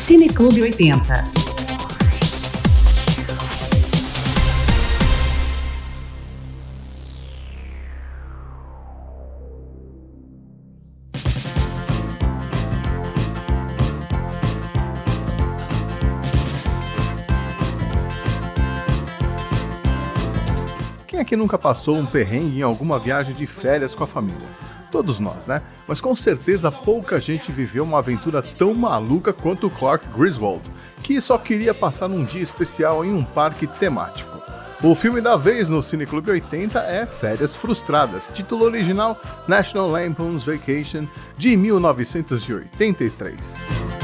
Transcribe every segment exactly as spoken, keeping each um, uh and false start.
Cineclube oitenta. Quem aqui nunca passou um perrengue em alguma viagem de férias com a família? Todos nós, né? Mas com certeza pouca gente viveu uma aventura tão maluca quanto o Clark Griswold, que só queria passar um dia especial em um parque temático. O filme da vez no Cineclube oitenta é Férias Frustradas, título original National Lampoon's Vacation, de mil novecentos e oitenta e três.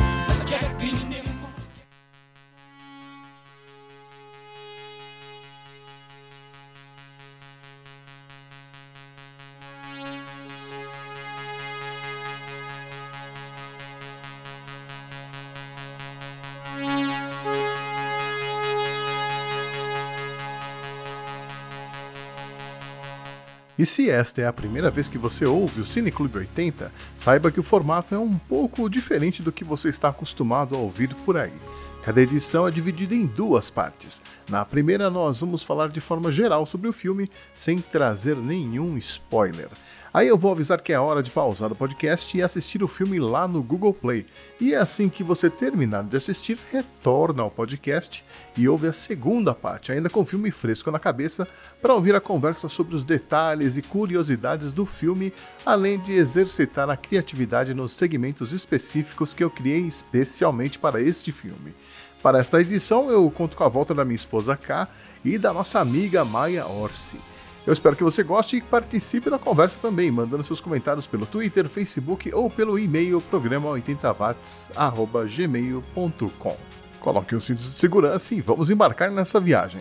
E se esta é a primeira vez que você ouve o Cineclube oitenta, saiba que o formato é um pouco diferente do que você está acostumado a ouvir por aí. Cada edição é dividida em duas partes. Na primeira, nós vamos falar de forma geral sobre o filme, sem trazer nenhum spoiler. Aí eu vou avisar que é hora de pausar o podcast e assistir o filme lá no Google Play. E assim que você terminar de assistir, retorna ao podcast e ouve a segunda parte, ainda com o filme fresco na cabeça, para ouvir a conversa sobre os detalhes e curiosidades do filme, além de exercitar a criatividade nos segmentos específicos que eu criei especialmente para este filme. Para esta edição, eu conto com a volta da minha esposa Ká e da nossa amiga Maia Orsi. Eu espero que você goste e participe da conversa também, mandando seus comentários pelo Twitter, Facebook ou pelo e-mail programa oitenta watts arroba gmail ponto com. Coloque os cintos de segurança e vamos embarcar nessa viagem.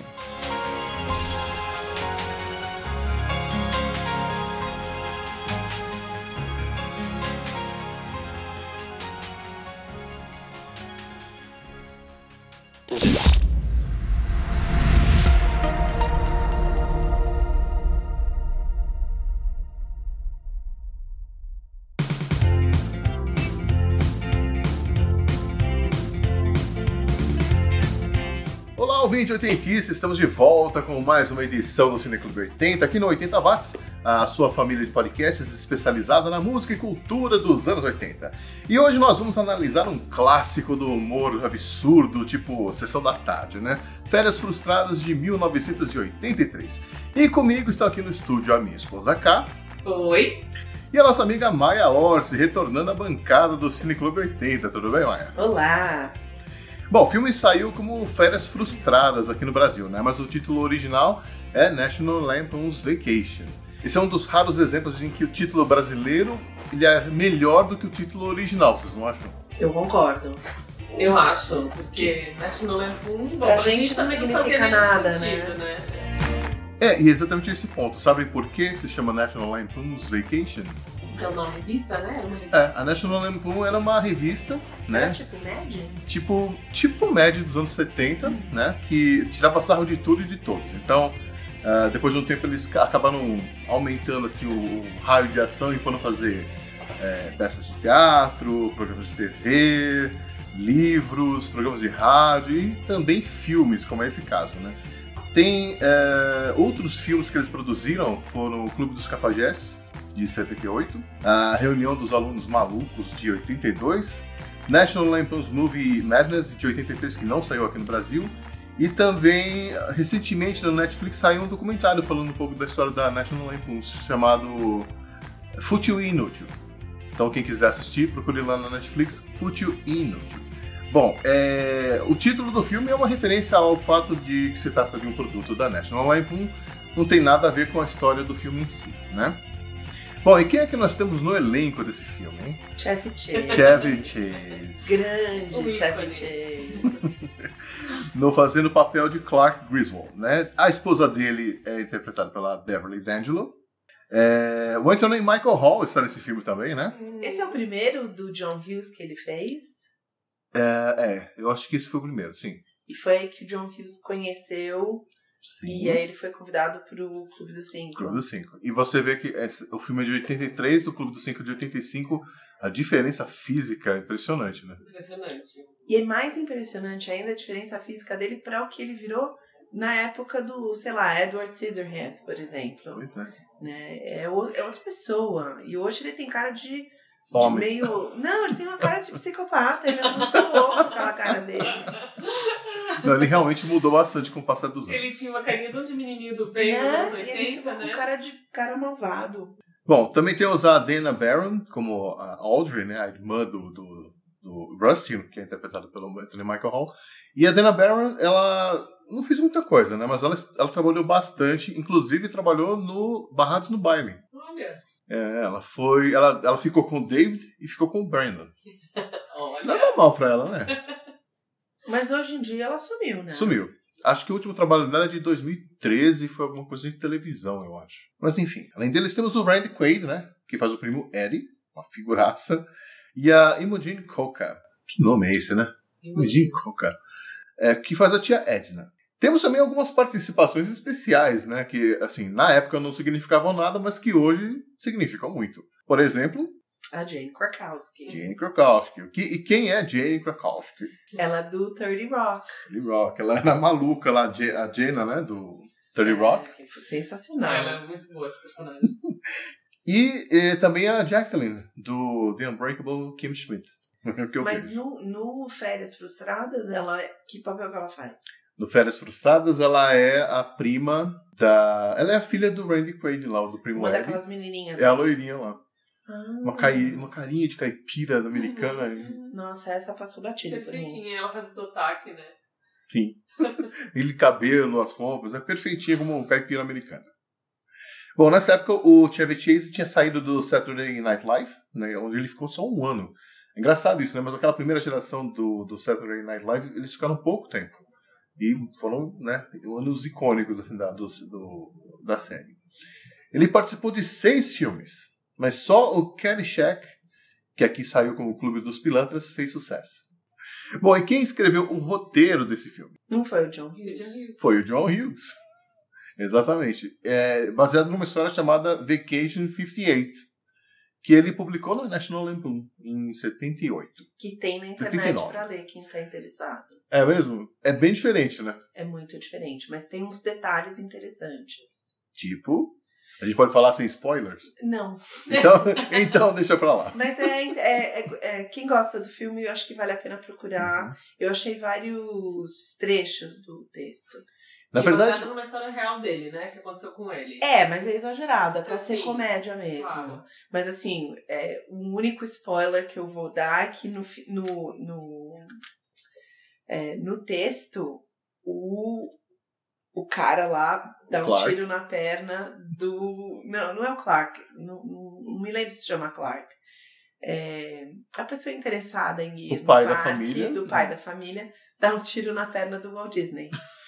Ouvinte oitentista, estamos de volta com mais uma edição do Cineclube oitenta, aqui no oitenta watts, a sua família de podcasts especializada na música e cultura dos anos oitenta. E hoje nós vamos analisar um clássico do humor absurdo, tipo Sessão da Tarde, né? Férias Frustradas, de mil novecentos e oitenta e três. E comigo está aqui no estúdio a minha esposa Ká. Oi. E a nossa amiga Maia Orsi, retornando à bancada do Cineclube oitenta. Tudo bem, Maia? Olá. Bom, o filme saiu como Férias Frustradas aqui no Brasil, né? Mas o título original é National Lampoon's Vacation. Esse é um dos raros exemplos em que o título brasileiro ele é melhor do que o título original, vocês não acham? Eu concordo. Eu acho, porque National Lampoon, bom, pra pra gente, gente não também significa não fazia nada, sentido, né? né? É, e exatamente esse ponto. Sabem por que se chama National Lampoon's Vacation? É uma revista, né? Uma revista. É, a National Lampoon era uma revista, né? Era tipo Mad? Tipo, tipo Mad dos anos setenta, hum. né? Que tirava sarro de tudo e de todos. Então, uh, depois de um tempo, eles acabaram aumentando assim, o, o raio de ação e foram fazer é, peças de teatro, programas de T V, livros, programas de rádio e também filmes, como é esse caso, né? Tem é, outros filmes que eles produziram, foram o Clube dos Cafajestes, de setenta e oito, a Reunião dos Alunos Malucos, de oitenta e dois, National Lampoon's Movie Madness, de oitenta e três, que não saiu aqui no Brasil, e também, recentemente, na Netflix saiu um documentário falando um pouco da história da National Lampoon, chamado Fútil e Inútil. Então, quem quiser assistir, procure lá na Netflix, Fútil e Inútil. Bom, é... o título do filme é uma referência ao fato de que se trata de um produto da National Lampoon, não tem nada a ver com a história do filme em si, né? Bom, e quem é que nós temos no elenco desse filme, hein? Chevy Chase. Chevy Chase. Grande Chevy Chase. No fazendo o papel de Clark Griswold, né? A esposa dele é interpretada pela Beverly D'Angelo. É... O Anthony Michael Hall está nesse filme também, né? Esse é o primeiro do John Hughes que ele fez? É, é, eu acho que esse foi o primeiro, sim. E foi aí que o John Hughes conheceu Sim. E aí ele foi convidado pro Clube dos Cinco. Clube dos Cinco. E você vê que esse, o filme é de oitenta e três, o Clube dos Cinco é de oitenta e cinco, a diferença física é impressionante, né? Impressionante. E é mais impressionante ainda a diferença física dele para o que ele virou na época do, sei lá, Edward Scissorhands, por exemplo. Pois é. Né? É, o, é outra pessoa. E hoje ele tem cara de, de Homem. meio... Não, ele tem uma cara de psicopata. Ele é muito louco aquela cara dele. Não, ele realmente mudou bastante com o passar dos anos. Ele tinha uma carinha tão de menininho do bem nos Né? anos E ele oitenta, ficou né? com cara de cara malvado. Bom, também temos a Dana Barron como a Audrey, né? A irmã do, do, do Rusty, que é interpretado pelo Anthony Michael Hall. E a Dana Barron, ela não fez muita coisa, né? Mas ela, ela trabalhou bastante, inclusive trabalhou no Barrados no Baile. Olha. É, ela foi. Ela, ela ficou com o David e ficou com o Brandon. Olha. Nada mal pra ela, né? Mas hoje em dia ela sumiu, né? Sumiu. Acho que o último trabalho dela é de dois mil e treze, foi alguma coisa de televisão, eu acho. Mas enfim, além deles temos o Randy Quaid, né? Que faz o primo Eddie, uma figuraça. E a Imogen Coca. Que nome é esse, né? Imogen Coca. É, que faz a tia Edna. Temos também algumas participações especiais, né? Que, assim, na época não significavam nada, mas que hoje significam muito. Por exemplo... A Jane Krakowski. Jane Krakowski. Que, e quem é Jane Krakowski? Ela é do thirty Rock. thirty Rock. Ela era maluca lá, a Jenna, né? Do thirty Rock. É, sensacional. Ah, ela é muito boa, esse personagem. E, e também a Jacqueline, do The Unbreakable Kim Schmidt. que eu Mas vejo. no, no Férias Frustradas, ela, que papel que ela faz? No Férias Frustradas, ela é a prima da... Ela é a filha do Randy Quaid lá, do primo Uma Eddie. daquelas menininhas. É a loirinha lá. Ah. Uma, cai... uma carinha de caipira americana. Nossa, essa passou batida por mim. Perfeitinha, ela faz o sotaque, né? Sim. Ele, cabelo, as roupas, é perfeitinha como caipira americana. Bom, nessa época o Chevy Chase tinha saído do Saturday Night Live, né, onde ele ficou só um ano. É engraçado isso, né? Mas aquela primeira geração do, do Saturday Night Live, eles ficaram pouco tempo. E foram, né, anos icônicos assim, da, do, do, da série. Ele participou de seis filmes, mas só o Caddyshack, que aqui saiu como o Clube dos Pilantras, fez sucesso. Bom, e quem escreveu o roteiro desse filme? Não foi o John Hughes? Hughes. Foi o John Hughes. Exatamente. É baseado numa história chamada Vacation cinquenta e oito, que ele publicou no National Lampoon em setenta e oito. Que tem na setenta e internet nove. pra ler, quem tá interessado. É mesmo? É bem diferente, né? É muito diferente, mas tem uns detalhes interessantes. Tipo, a gente pode falar sem spoilers? Não. Então, então deixa pra lá. Mas é, é, é, é quem gosta do filme, eu acho que vale a pena procurar. Uhum. Eu achei vários trechos do texto. Na e verdade, baseado numa história real dele, né? Que aconteceu com ele. É, mas é exagerado, é pra Sim, ser comédia mesmo. Claro. Mas assim, é, o único spoiler que eu vou dar é que no, fi- no, no, é, no texto, o, o cara lá dá um Clark. tiro na perna do... Não, não é o Clark, não, não, não me lembro se chama Clark. É, a pessoa interessada em ir O pai no da parque, família. do pai da família, dá um tiro na perna do Walt Disney.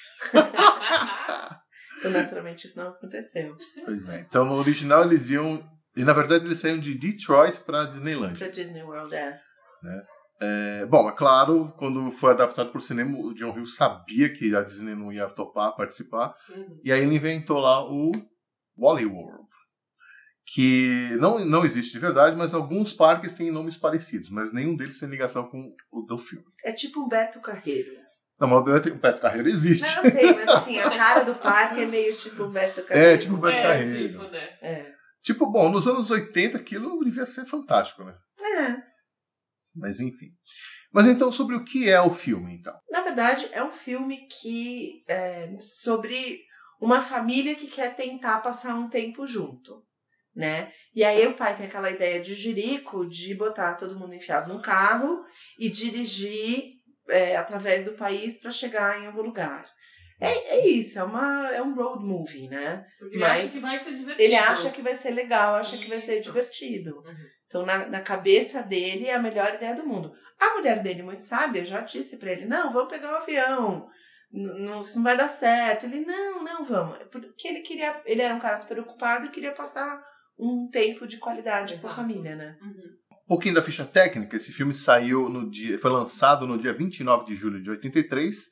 Então, naturalmente, isso não aconteceu. pois é. Então, no original, eles iam... E, na verdade, eles saíram de Detroit pra Disneyland. Pra Disney World, é. É, bom, é claro, quando foi adaptado por cinema, o John Hughes sabia que a Disney não ia topar, participar. Uhum. E aí ele inventou lá o Wally World, que não, não existe de verdade, mas alguns parques têm nomes parecidos, mas nenhum deles tem ligação com o do filme. É tipo um Beto Carreiro. Não, mas o Beto Carreiro existe. Não, eu sei, mas assim, a cara do parque é meio tipo um Beto Carreiro. É, tipo o Beto É, Carreiro. tipo, né? É. Tipo, bom, nos anos oitenta aquilo devia ser fantástico, né? É. Mas enfim. Mas então, sobre o que é o filme, então? Na verdade, é um filme que é sobre uma família que quer tentar passar um tempo junto, né? E aí o pai tem aquela ideia de jirico de botar todo mundo enfiado num carro e dirigir é, através do país para chegar em algum lugar. É, é isso, é, uma, é um road movie, né? Porque ele Mas acha que vai ser divertido. Ele acha que vai ser legal, acha que vai ser Isso. divertido. Uhum. Então, na, na cabeça dele, é a melhor ideia do mundo. A mulher dele, muito sábia, já disse pra ele, não, vamos pegar um avião, N- não, isso não vai dar certo. Ele, não, não, vamos. É porque ele queria, ele era um cara super ocupado e queria passar um tempo de qualidade com a Exato. família, né? Uhum. Um pouquinho da ficha técnica, esse filme saiu no dia, foi lançado no dia vinte e nove de julho de oitenta e três,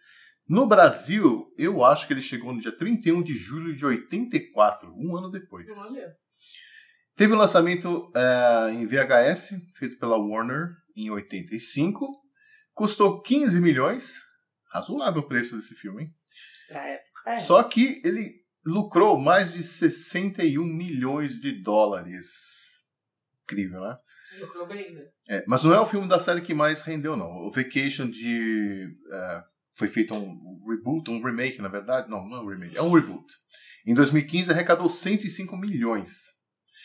No Brasil, eu acho que ele chegou no dia trinta e um de julho de oitenta e quatro, um ano depois. Olha. Teve o um lançamento uh, em V H S, feito pela Warner, em oitenta e cinco. Custou quinze milhões. Razoável o preço desse filme, hein? É, é. Só que ele lucrou mais de sessenta e um milhões de dólares. Incrível, né? Lucrou bem, né? É, mas não é o filme da série que mais rendeu, não. O Vacation de... Uh, foi feito um reboot, um remake, na verdade. Não, não é um remake, é um reboot. Em dois mil e quinze arrecadou cento e cinco milhões.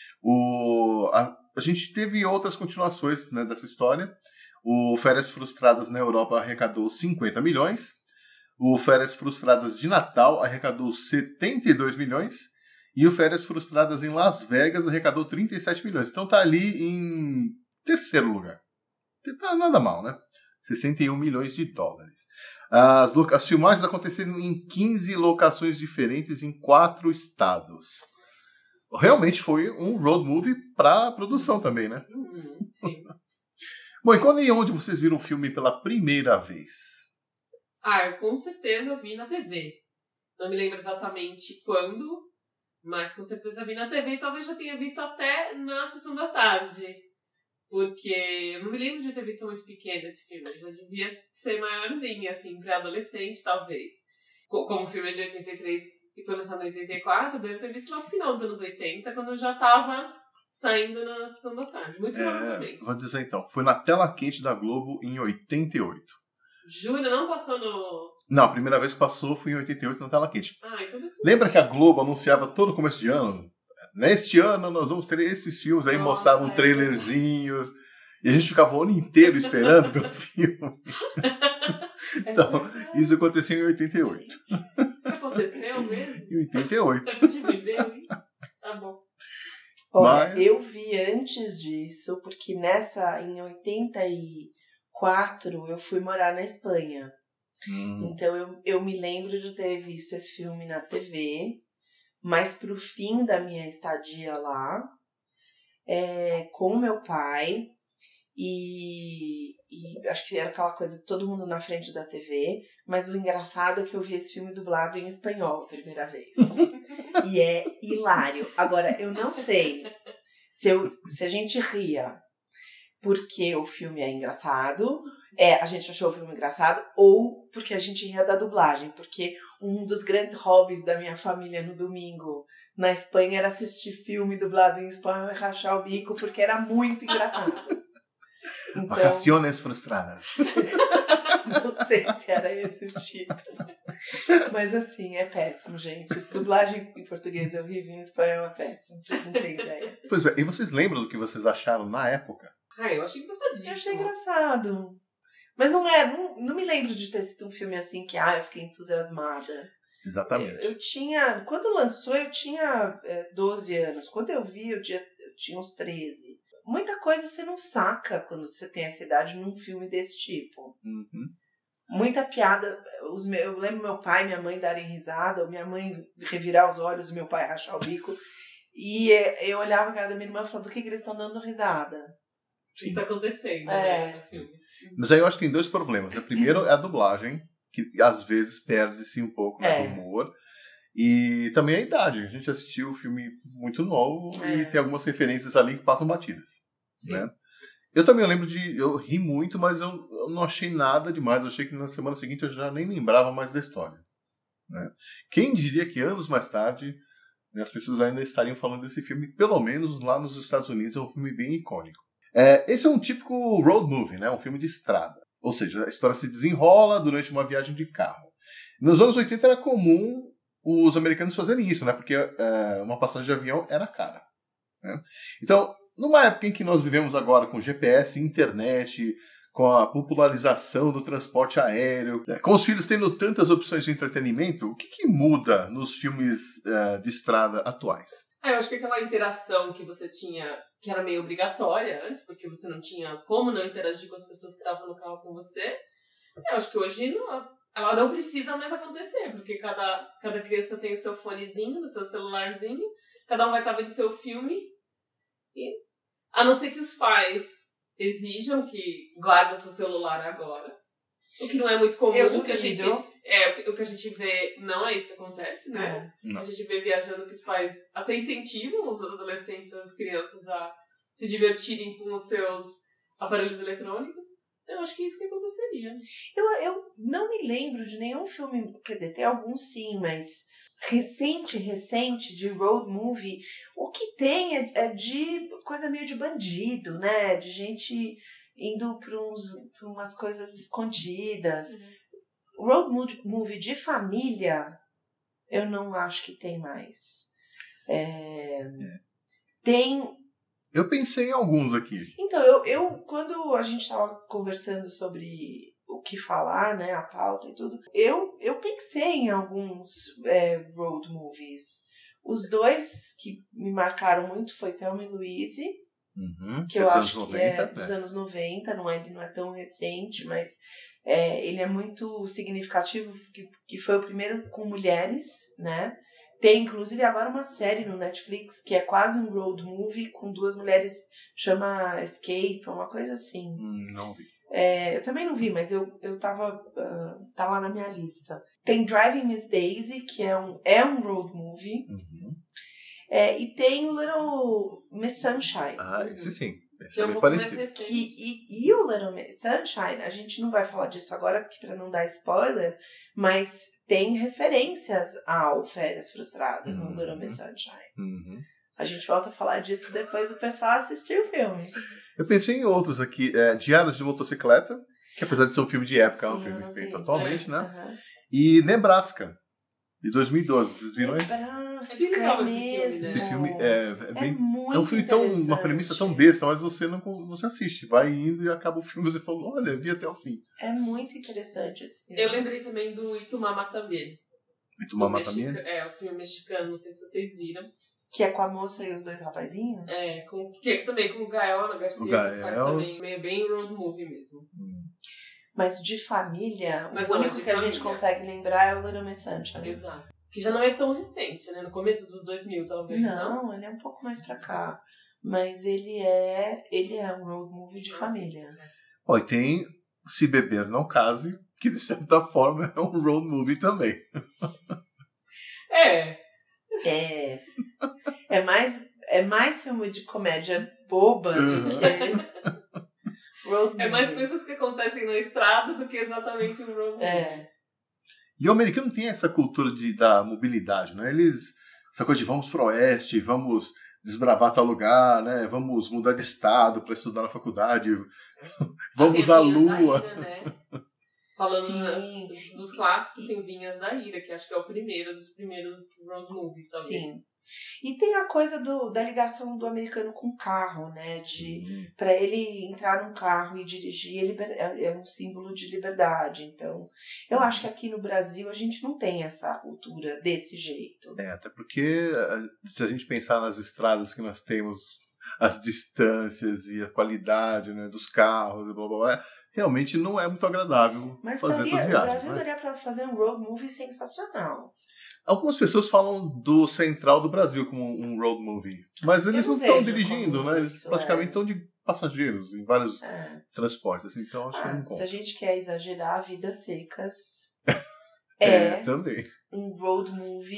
O, a, a gente teve outras continuações, né, dessa história. O Férias Frustradas na Europa arrecadou cinquenta milhões. O Férias Frustradas de Natal arrecadou setenta e dois milhões. E o Férias Frustradas em Las Vegas arrecadou trinta e sete milhões. Então tá ali em terceiro lugar. Tá nada mal, né? sessenta e um milhões de dólares. As, as filmagens aconteceram em quinze locações diferentes em quatro estados. Realmente foi um road movie para produção também, né? Uhum, sim. Bom, e quando e onde vocês viram o filme pela primeira vez? Ah, eu com certeza vi na T V. Não me lembro exatamente quando, mas com certeza vi na T V e talvez já tenha visto até na sessão da tarde. Porque eu não me lembro de ter visto muito pequeno esse filme. Eu já devia ser maiorzinha, assim, pré-adolescente, talvez. Como o filme é de oitenta e três e foi lançado em oitenta e quatro, eu devo ter visto lá no final dos anos oitenta, quando eu já tava saindo na sessão da tarde. Muito provavelmente. É, vou dizer então, foi na tela quente da Globo em oitenta e oito. Jura? Não passou no... Não, a primeira vez que passou foi em oitenta e oito na tela quente. Ah, então depois... Lembra que a Globo anunciava todo começo de ano? Neste ano nós vamos ter esses filmes, aí Nossa, mostravam é trailerzinhos. E a gente ficava o ano inteiro esperando pelo filme. Então, é isso aconteceu em oitenta e oito. Gente, isso aconteceu mesmo? Em oitenta e oito. A gente viveu isso? Tá bom. Olha, Mas... eu vi antes disso, porque nessa, em oitenta e quatro, eu fui morar na Espanha. Hum. Então, eu, eu me lembro de ter visto esse filme na T V, mas pro fim da minha estadia lá, é, com meu pai, e, e acho que era aquela coisa, todo mundo na frente da T V, mas o engraçado é que eu vi esse filme dublado em espanhol a primeira vez. E é hilário. Agora, eu não sei se, eu, se a gente ria porque o filme é engraçado, é, a gente achou o filme engraçado, ou porque a gente ria da dublagem, porque um dos grandes hobbies da minha família no domingo na Espanha era assistir filme dublado em espanhol e rachar o bico, porque era muito engraçado. Então, Vacaciones Frustradas. não sei se era esse o título. Mas assim, é péssimo, gente. Se dublagem em português é horrível, em espanhol é péssimo. Vocês não têm ideia. Pois é, e vocês lembram do que vocês acharam na época? Ah, eu achei engraçadíssimo. Eu achei engraçado. Mas não é, não, não me lembro de ter sido um filme assim que ah, eu fiquei entusiasmada. Exatamente. Eu, eu tinha, quando lançou, eu tinha é, doze anos. Quando eu vi, eu tinha, eu tinha uns treze. Muita coisa você não saca quando você tem essa idade num filme desse tipo. Uhum. Muita piada. Os meus, eu lembro meu pai e minha mãe darem risada, ou minha mãe revirar os olhos e meu pai rachar o bico. E eu olhava a cara da minha irmã e falava, do que, que eles estão dando risada? O que está acontecendo, é. né, no filme. Mas aí eu acho que tem dois problemas. O primeiro é a dublagem, que às vezes perde-se um pouco, né, É. do humor. E também a idade. A gente assistiu o filme muito novo É. e tem algumas referências ali que passam batidas. Sim. Né? Eu também lembro de... Eu ri muito, mas eu, eu não achei nada demais. Eu achei que na semana seguinte eu já nem lembrava mais da história. Né? Quem diria que anos mais tarde, né, as pessoas ainda estariam falando desse filme, pelo menos lá nos Estados Unidos, é um filme bem icônico. É, esse é um típico road movie, né? Um filme de estrada. Ou seja, a história se desenrola durante uma viagem de carro. Nos anos oitenta era comum os americanos fazerem isso, né? Porque é, uma passagem de avião era cara. Né? Então, numa época em que nós vivemos agora com G P S, internet, com a popularização do transporte aéreo, com os filhos tendo tantas opções de entretenimento, o que, que muda nos filmes uh, de estrada atuais? Ah, eu acho que aquela interação que você tinha, que era meio obrigatória antes, porque você não tinha como não interagir com as pessoas que estavam no carro com você, eu acho que hoje não, ela não precisa mais acontecer, porque cada, cada criança tem o seu fonezinho, o seu celularzinho, cada um vai estar vendo o seu filme, e a não ser que os pais exijam que guarda seu celular agora. O que não é muito comum, Eu que a gente... duvido. É, o que, o que a gente vê não é isso que acontece, né? Não. A gente vê viajando que os pais até incentivam os adolescentes, as crianças a se divertirem com os seus aparelhos eletrônicos. Eu acho que é isso que aconteceria. Eu, eu não me lembro de nenhum filme, quer dizer, tem alguns sim, mas recente, recente, de road movie, o que tem é, é de coisa meio de bandido, né? De gente indo para umas coisas escondidas. Uhum. Road movie de família, eu não acho que tem mais. É, é. Tem... Eu pensei em alguns aqui. Então, eu, eu quando a gente estava conversando sobre o que falar, né, a pauta e tudo, eu, eu pensei em alguns é, road movies. Os dois que me marcaram muito foi Thelma e Louise, uhum, que eu acho noventa, que é né? dos anos noventa, não é, ele não é tão recente, mas... É, ele é muito significativo, que, que foi o primeiro com mulheres, né? Tem, inclusive, agora uma série no Netflix que é quase um road movie com duas mulheres, chama Escape, uma coisa assim. Hum, não vi. É, eu também não vi, mas eu, eu tava, uh, tá lá na minha lista. Tem Driving Miss Daisy, que é um, é um road movie. Uhum. É, e tem o Little Miss Sunshine. Ah, esse sim. Que é um pouco mais recente. Que, e, e o Little Miss Sunshine, a gente não vai falar disso agora, porque para não dar spoiler, mas tem referências ao Férias Frustradas uhum. no Little Miss Sunshine. Uhum. A gente volta a falar disso depois do pessoal assistir o filme. Eu pensei em outros aqui. É, Diários de Motocicleta, que apesar de ser um filme de época, sim, é um filme feito atualmente, né? Uhum. E Nebraska, de dois mil e doze. Vocês viram isso? É bem legal esse filme, né? Esse filme é, é bem... É muito é um filme tão... Uma premissa tão besta, mas você não você assiste. Vai indo e acaba o filme e você fala, olha, vi até o fim. É muito interessante esse filme. Eu lembrei também do Itumamá também. Itumamá também? É, o filme mexicano, não sei se vocês viram. Que é com a moça e os dois rapazinhos? É, com, que é também com o Gael Garcia, o Gael. Que faz também meio bem road movie mesmo. Hum. Mas de família, mas o não, único de que família. a gente consegue lembrar é o Little Miss Sunshine. Exato. Que já não é tão recente, né? No começo dos dois mil, talvez, não? Não, ele é um pouco mais pra cá. Mas ele é, ele é um road movie de família. Ó, e tem Se Beber Não Case, que de certa forma é um road movie também. É. É. É mais, é mais filme de comédia boba uhum. do que road movie. É mais coisas que acontecem na estrada do que exatamente um road movie. É. E o americano tem essa cultura de, da mobilidade, né? Eles, essa coisa de vamos pro oeste, vamos desbravar tal lugar, né? Vamos mudar de estado para estudar na faculdade, vamos à lua. Ira, né? Falando né, dos, dos clássicos, tem Vinhas da Ira, que acho que é o primeiro dos primeiros road movies, talvez. Sim. E tem a coisa do, da ligação do americano com o carro, né? De para ele entrar num carro e dirigir ele é, é um símbolo de liberdade. Então, eu acho que aqui no Brasil a gente não tem essa cultura desse jeito. É, até porque se a gente pensar nas estradas que nós temos, as distâncias e a qualidade, né, dos carros e blá blá blá, realmente não é muito agradável Mas fazer daria, essas viagens. O Brasil né? daria para fazer um road movie sensacional. Algumas pessoas falam do Central do Brasil como um road movie. Mas eles não estão dirigindo, né? Eles isso, praticamente estão é. de passageiros em vários é. transportes. Então acho ah, que não conta. Se a gente quer exagerar, Vidas Secas é, é também. um road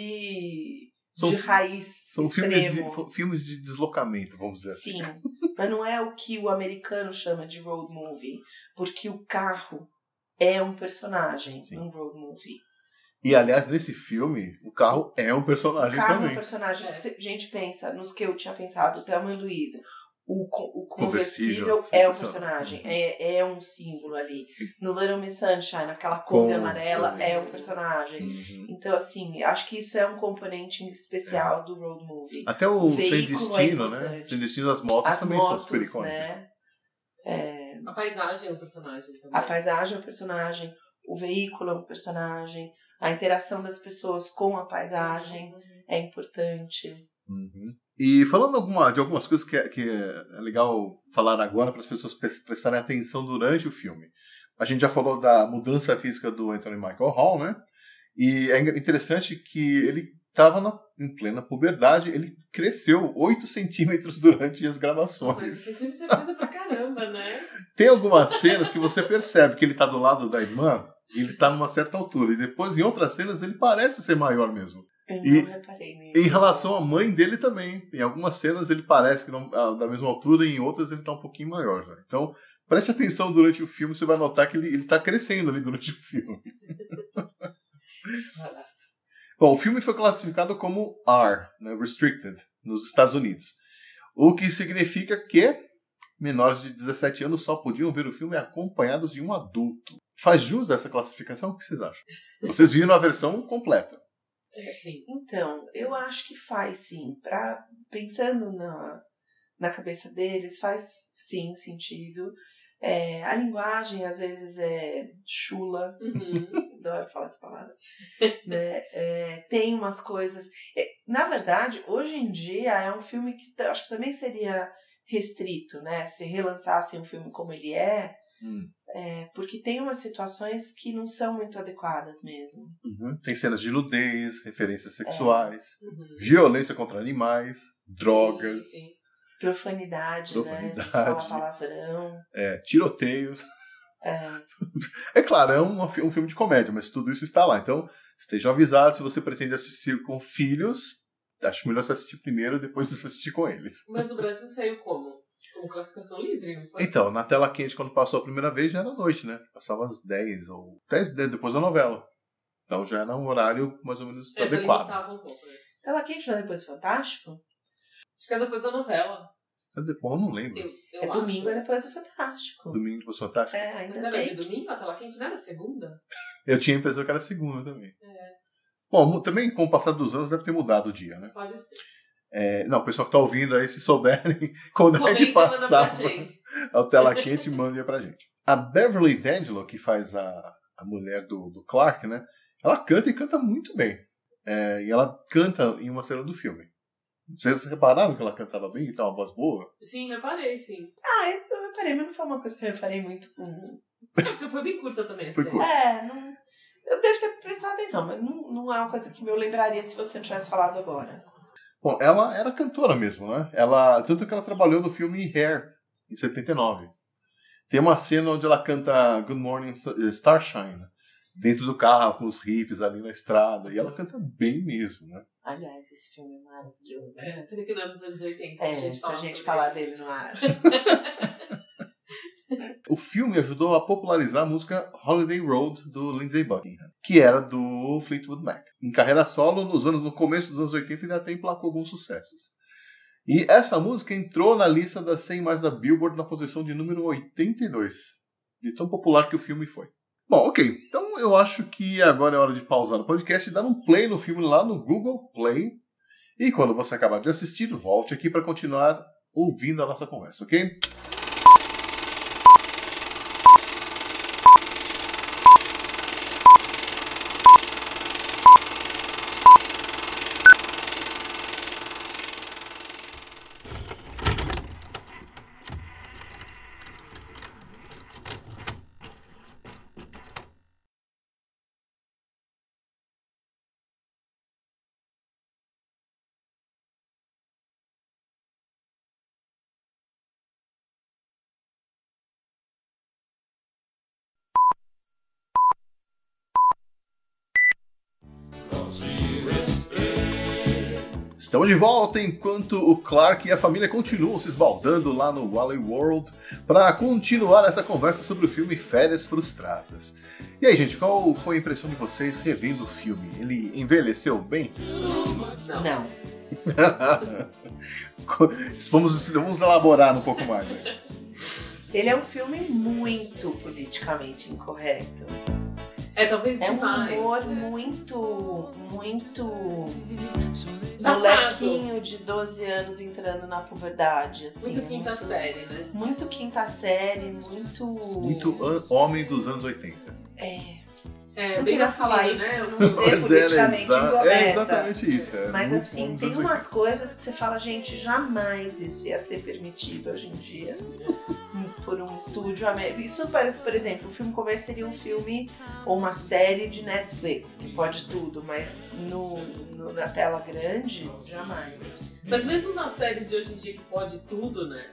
movie são, de raiz São extremo. filmes de, filmes de deslocamento, vamos dizer Sim, assim. Mas não é o que o americano chama de road movie. Porque o carro é um personagem Sim. num road movie. E, aliás, nesse filme, o carro é um personagem também. O carro também. é um personagem. É. Se a gente pensa nos que eu tinha pensado, Thelma e Louise, o, o conversível, conversível é um personagem, é, é um símbolo ali. No Little Miss Sunshine, aquela Kombi amarela também. É um personagem. Uhum. Então, assim, acho que isso é um componente especial é. do road movie. Até o, o Sem Destino, é né? Sem Destino, as motos as também motos, são super icônicas. Né? É... A paisagem é um personagem também. A paisagem é um personagem, o veículo é um personagem. A interação das pessoas com a paisagem uhum. é importante. Uhum. E falando alguma, de algumas coisas que é, que é legal falar agora para as pessoas prestarem atenção durante o filme. A gente já falou da mudança física do Anthony Michael Hall, né? E é interessante que ele estava em plena puberdade, ele cresceu oito centímetros durante as gravações. Nossa, isso é coisa pra caramba, né? Tem algumas cenas que você percebe que ele está do lado da irmã. ele tá numa certa altura. E depois, em outras cenas, ele parece ser maior mesmo. Eu e não reparei nisso. Em relação à mãe dele também. Em algumas cenas ele parece que não, da mesma altura e em outras ele tá um pouquinho maior. Já. Então, preste atenção durante o filme, você vai notar que ele, ele tá crescendo ali durante o filme. Bom, o filme foi classificado como R, né, Restricted, nos Estados Unidos. O que significa que menores de dezessete anos só podiam ver o filme acompanhados de um adulto. Faz jus a essa classificação? O que vocês acham? Vocês viram a versão completa. É, sim. Então, eu acho que faz sim. Pra, pensando na, na cabeça deles, faz sim sentido. É, a linguagem às vezes é chula. Uhum. Adoro falar essa palavra. né? é, tem umas coisas. É, na verdade, hoje em dia é um filme que acho que também seria restrito, né? Se relançasse um filme como ele é. Hum. É, porque tem umas situações que não são muito adequadas mesmo. Uhum. Tem cenas de nudez, referências sexuais, É. Uhum. violência contra animais, drogas, Sim, sim. Profanidade, Profanidade. né? Falar palavrão. é, tiroteios. É, É claro, é um, um filme de comédia, mas tudo isso está lá. Então, esteja avisado, se você pretende assistir com filhos, acho melhor você assistir primeiro e depois você assistir com eles. Mas o Brasil saiu como? Como classificação livre, não foi? Então, na tela quente, quando passou a primeira vez, já era noite, né? Passava às dez ou dez depois da novela. Então já era um horário mais ou menos É, já adequado. limitava um pouco, né? Tela Quente não é depois do Fantástico? Acho que é depois da novela. Bom, eu não lembro. Eu, eu é acho. domingo, é depois do Fantástico. Domingo depois do Fantástico. É, ainda Mas era tem. de domingo a tela quente? Não era segunda? Eu tinha a impressão que era segunda também. É. Bom, também com o passar dos anos deve ter mudado o dia, né? Pode ser. É, não, o pessoal que tá ouvindo aí, se souberem quando é que Comenta e manda passava pra gente. a tela quente, mande pra gente. A Beverly D'Angelo, que faz a, a mulher do, do Clark, né? Ela canta e canta muito bem. É, e ela canta em uma cena do filme. Vocês repararam que ela cantava bem e tem uma voz boa? Sim, reparei, sim. Ah, eu, eu reparei, mas não foi uma coisa que eu reparei muito. Uhum. É porque foi bem curta também a Foi cena. curta. É, não, eu devo ter prestado atenção, mas não, não é uma coisa que eu lembraria se você não tivesse falado agora. Bom, ela era cantora mesmo, né? Ela, tanto que ela trabalhou no filme Hair, em setenta e nove. Tem uma cena onde ela canta Good Morning Starshine, dentro do carro, com os hippies ali na estrada. E ela canta bem mesmo, né? Aliás, esse filme é maravilhoso. É, Né? teve que dar nos anos oitenta. É, a gente pra fala gente sobre falar ele. dele no ar. O filme ajudou a popularizar a música Holiday Road, do Lindsey Buckingham, que era do Fleetwood Mac. Em carreira solo, nos anos, no começo dos anos oitenta, ele até emplacou alguns sucessos. E essa música entrou na lista das cem mais da Billboard na posição de número oitenta e dois. De tão popular que o filme foi. Bom, ok. Então eu acho que agora é hora de pausar o podcast e dar um play no filme lá no Google Play. E quando você acabar de assistir, volte aqui para continuar ouvindo a nossa conversa, ok? Estamos de volta enquanto o Clark e a família continuam se esbaldando lá no Wally World para continuar essa conversa sobre o filme Férias Frustradas. E aí, gente, qual foi a impressão de vocês revendo o filme? Ele envelheceu bem? Não. Não. vamos, vamos elaborar um pouco mais. Né? Ele é um filme muito politicamente incorreto. É, talvez É um demais. humor né? muito, muito... Datado. molequinho de doze anos entrando na puberdade, assim. Muito quinta muito, série, né? Muito quinta série, muito... Muito an- homem dos anos oitenta. É, É, não bem queria falar masculino, isso né? por não ser Mas era politicamente exa- incorreta. É exatamente isso. É Mas muito assim, homem dos tem anos umas coisas que você fala, gente, jamais isso ia ser permitido hoje em dia por um estúdio américo. Isso parece, por exemplo, um filme como esse seria um filme ou uma série de Netflix, que pode tudo, mas no, no- na tela grande, jamais. Mas mesmo nas séries de hoje em dia que pode tudo, né?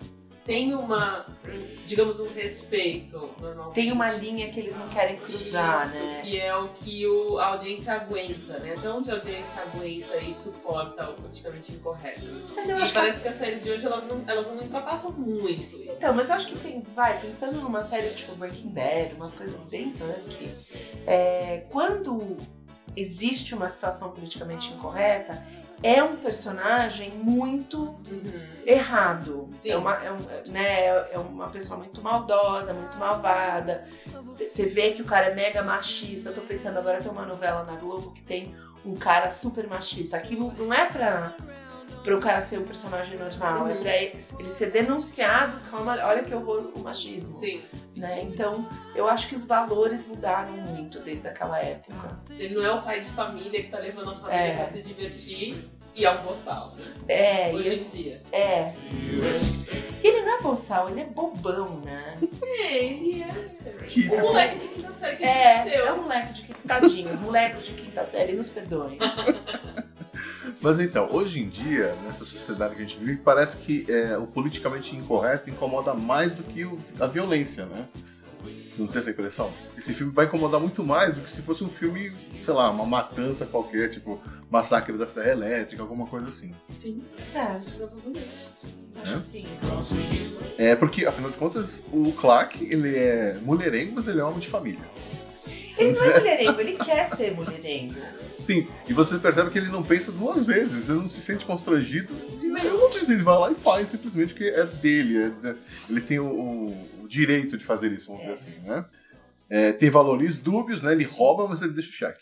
tem uma, digamos, um respeito, normalmente. Tem uma linha que eles não querem cruzar, isso, né? que é o que o, a audiência aguenta, né? Até onde a audiência aguenta e suporta o politicamente incorreto. Mas eu e acho parece que... que as séries de hoje, elas não, elas não ultrapassam muito isso. Então, mas eu acho que tem, vai, pensando numa série tipo Breaking Bad, umas coisas bem punk, é, quando existe uma situação politicamente incorreta, é um personagem muito uhum. errado. Sim. É uma, é, um, né, é uma pessoa muito maldosa, muito malvada. Você vê que o cara é mega machista. Eu tô pensando agora, tem uma novela na Globo que tem um cara super machista. Aquilo não é pra, pra o cara ser um personagem normal, uhum. é pra ele, ele ser denunciado como, olha que horror o machismo. Sim. Né? Então, eu acho que os valores mudaram muito desde aquela época. Ele não é o pai de família que tá levando a família é. pra se divertir e é um boçal, né? É, hoje esse, em dia. É. Ele não é boçal, ele é bobão, né? É, ele é. Tipo. O moleque de quinta série que é, cresceu. É um moleque de quinta tadinho, os moleques de quinta série, nos perdoem. Mas então, hoje em dia, nessa sociedade que a gente vive, parece que é, o politicamente incorreto incomoda mais do que o, a violência, né? Não tem essa impressão? Esse filme vai incomodar muito mais do que se fosse um filme, sei lá, uma matança qualquer, tipo Massacre da Serra Elétrica, alguma coisa assim. Sim, é, provavelmente. Acho que sim. É, porque, afinal de contas, o Clark, ele é mulherengo, mas ele é homem de família. Ele não é mulherengo, ele quer ser mulherengo. Sim, e você percebe que ele não pensa duas vezes, ele não se sente constrangido e nenhuma vez ele vai lá e faz simplesmente porque é dele, é de... ele tem o, o, o direito de fazer isso, vamos é. dizer assim, né? É, tem valores dúbios, né? Ele rouba, mas ele deixa o cheque.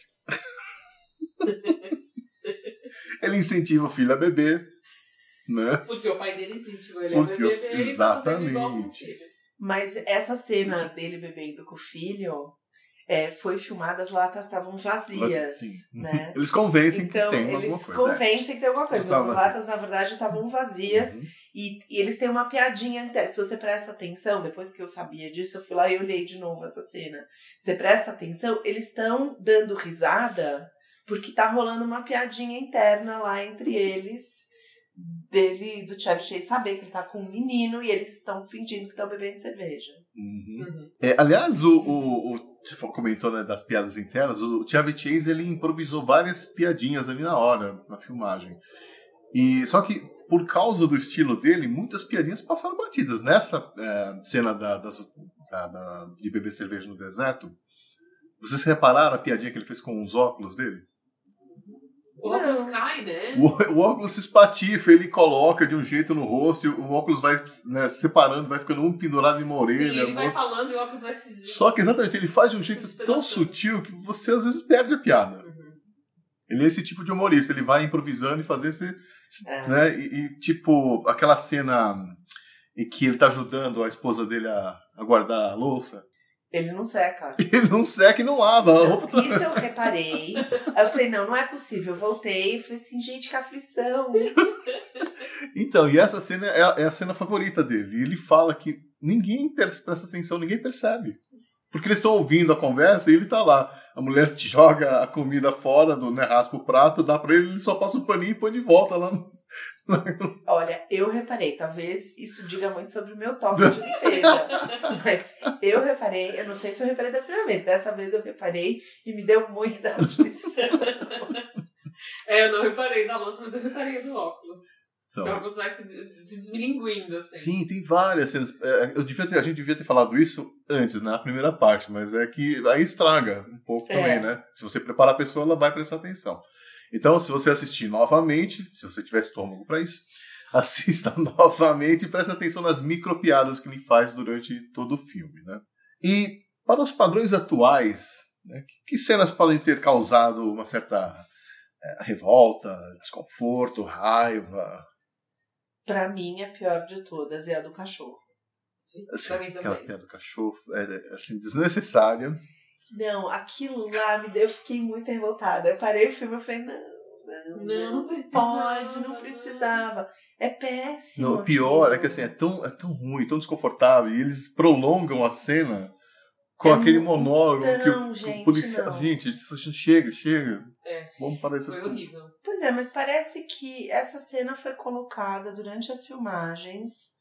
Ele incentiva o filho a beber, né? Porque o pai dele incentivou ele porque a beber, o... Exatamente. Ele mas essa cena dele bebendo com o filho... É, foi filmada, as latas estavam vazias, né? Eles convencem então, que tem alguma eles coisa. Eles convencem é. que tem alguma coisa, mas as vazio. latas, na verdade, estavam vazias. Uhum. E, e eles têm uma piadinha interna. Se você presta atenção, depois que eu sabia disso, eu fui lá e olhei de novo essa cena. Você presta atenção, eles estão dando risada porque tá rolando uma piadinha interna lá entre eles, dele, do Chevy Chase saber que ele tá com um menino e eles estão fingindo que estão bebendo cerveja. Uhum. Uhum. É, aliás, o, o, o você comentou, né, das piadas internas, o Chevy Chase ele improvisou várias piadinhas ali na hora, na filmagem. E, só que, por causa do estilo dele, muitas piadinhas passaram batidas. Nessa é, cena da, das, da, da, de beber cerveja no deserto, vocês repararam a piadinha que ele fez com os óculos dele? O óculos cai, né? O, o óculos se espatifa, ele coloca de um jeito no rosto, e o óculos vai, né, separando, vai ficando um pendurado em uma orelha. Sim, ele vai falando e o óculos vai se... Só que exatamente, ele faz de um jeito tão sutil que você às vezes perde a piada. Uhum. Ele é esse tipo de humorista, ele vai improvisando e fazendo esse... É. Né, e, e tipo, aquela cena em que ele tá ajudando a esposa dele a, a guardar a louça. Ele não seca. Ele não seca e não lava. A roupa tá... Isso eu reparei. Aí eu falei, não, não é possível. Eu voltei e falei assim, gente, que aflição. Então, e essa cena é a, é a cena favorita dele. E ele fala que ninguém presta atenção, ninguém percebe. Porque eles estão ouvindo a conversa e ele tá lá. A mulher joga a comida fora, do, né, raspa o prato, dá pra ele, ele só passa o paninho e põe de volta lá no... Olha, eu reparei, talvez isso diga muito sobre o meu toque de limpeza, mas eu reparei, eu não sei se eu reparei da primeira vez, dessa vez eu reparei e me deu muita aflição. É, eu não reparei da louça, mas eu reparei do óculos. Então, o óculos vai se, se desmilinguindo, assim. Sim, tem várias cenas. Eu devia ter, a gente devia ter falado isso antes, na primeira parte, mas é que aí estraga um pouco é. também, né? Se você preparar a pessoa, ela vai prestar atenção. Então, se você assistir novamente, se você tiver estômago para isso, assista novamente e preste atenção nas micropiadas que ele faz durante todo o filme, né? E para os padrões atuais, né, que cenas podem ter causado uma certa é, revolta, desconforto, raiva? Para mim, a pior de todas é a do cachorro. Sim, assim, pra mim também. Aquela piada do cachorro é assim, desnecessária. Não, aquilo lá, me deu, eu fiquei muito revoltada. Eu parei o filme e falei, não, não, não, não, não precisava, pode, não precisava. É péssimo. Não, o pior aquilo. é que assim, é tão, é tão ruim, tão desconfortável, e eles prolongam a cena com é aquele muito, monólogo não, que o, gente, o policial... não. Gente, chega, chega. É, vamos parar esse foi assunto. horrível. Pois é, mas parece que essa cena foi colocada durante as filmagens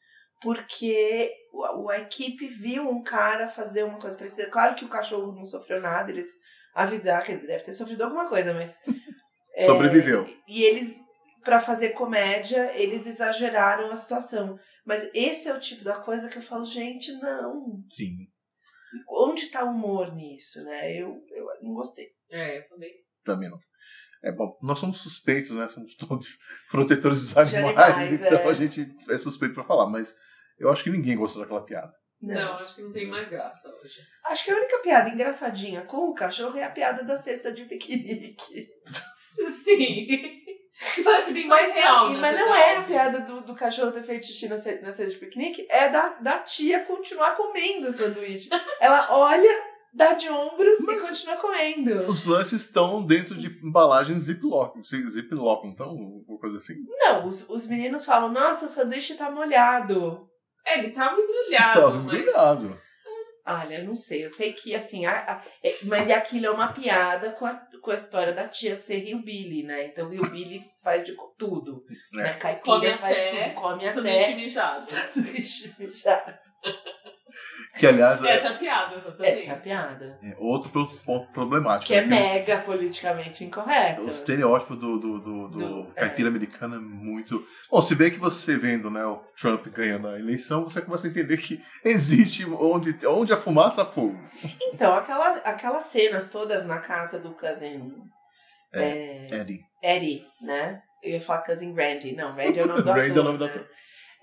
porque a, a equipe viu um cara fazer uma coisa parecida. Claro que o cachorro não sofreu nada, eles avisaram que ele deve ter sofrido alguma coisa, mas... é, sobreviveu. E eles, pra fazer comédia, eles exageraram a situação. Mas esse é o tipo da coisa que eu falo, gente, não. Sim. Onde tá o humor nisso, né? Eu, eu não gostei. É, eu também. Também não. É, bom, nós somos suspeitos, né? Somos todos protetores dos animais, animais, então é. a gente é suspeito pra falar. Mas eu acho que ninguém gostou daquela piada. Não. Não, acho que não tem mais graça hoje. Acho que a única piada engraçadinha com o cachorro é a piada da cesta de piquenique. Sim. Que parece bem mais Mas, real, não, na mas não é a verdade. piada do, do cachorro ter feito xixi na, ce- na cesta de piquenique, é da, da tia continuar comendo o sanduíche. Ela olha, dá de ombros Mas- e continua comendo. Os lanches estão dentro de embalagens Ziploc, Ziploc, então, uma coisa assim. Não, os, os meninos falam, nossa, o sanduíche tá molhado. É, ele tava embrulhado, Tava mas... embrulhado. Olha, eu não sei, eu sei que assim, a, a, é, mas aquilo é uma piada com a, com a história da tia ser hillbilly, né? Então hillbilly faz de co- tudo, É. né? Come Caipira faz até tudo, come sanduíche até mijado. sanduíche mijado. Que, aliás, é, Essa é a piada, exatamente. Essa é a piada. é outro pro- ponto problemático. Que é né? Aqueles- mega politicamente incorreto. O estereótipo do, do, do, do Do- caipira americano é muito... Bom, se bem que você vendo, né, o Trump ganhando a eleição, você começa a entender que existe onde, onde a fumaça, há fogo. Então, aquela, aquelas cenas todas na casa do cousin é, Eddie. Eddie, né? Eu ia falar cousin Randy. Não, Randy é o nome do ator. Randy é o nome do né? ator.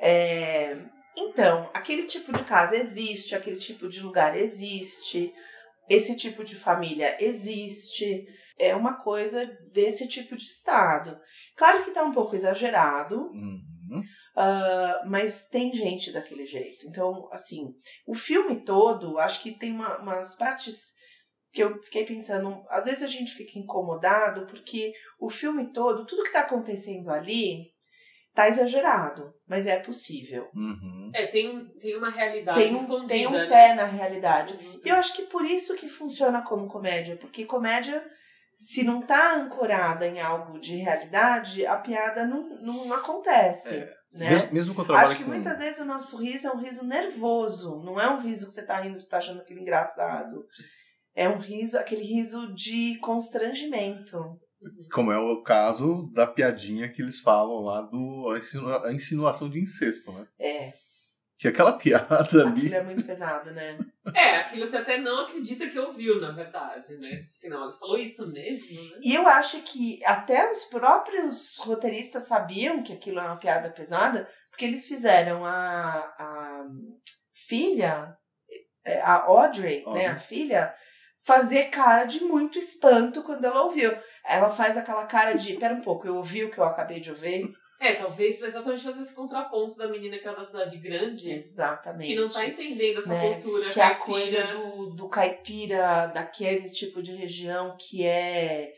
É, então, aquele tipo de casa existe, aquele tipo de lugar existe, esse tipo de família existe, é uma coisa desse tipo de estado. Claro que está um pouco exagerado, Uhum. uh, mas tem gente daquele jeito. Então, assim, o filme todo, acho que tem uma, umas partes que eu fiquei pensando, às vezes a gente fica incomodado porque o filme todo, tudo que está acontecendo ali tá exagerado, mas é possível. Uhum. É, tem, tem uma realidade Tem um, escondida, tem um né? pé na realidade. Uhum. E eu acho que por isso que funciona como comédia, porque comédia, se não tá ancorada em algo de realidade, a piada não, não acontece. É. Né? Mesmo, mesmo que eu trabalhe Acho que com... muitas vezes o nosso riso é um riso nervoso, não é um riso que você tá rindo, você tá achando aquilo engraçado. É um riso, aquele riso de constrangimento. Como é o caso da piadinha que eles falam lá do a, insinua, a insinuação de incesto, né? É, Que aquela piada ali... aquilo é muito pesado, né? É, aquilo você até não acredita que ouviu, na verdade, né? Senão ele falou isso mesmo, né? E eu acho que até os próprios roteiristas sabiam que aquilo era uma piada pesada, porque eles fizeram a, a filha, a Audrey, Audrey. né, a filha, fazer cara de muito espanto quando ela ouviu. Ela faz aquela cara de, pera um pouco, eu ouvi o que eu acabei de ouvir? É, talvez pra exatamente fazer esse contraponto da menina que é da cidade grande, Exatamente. que não tá entendendo essa Né, cultura que é a caipira. coisa do, do caipira, daquele tipo de região que é,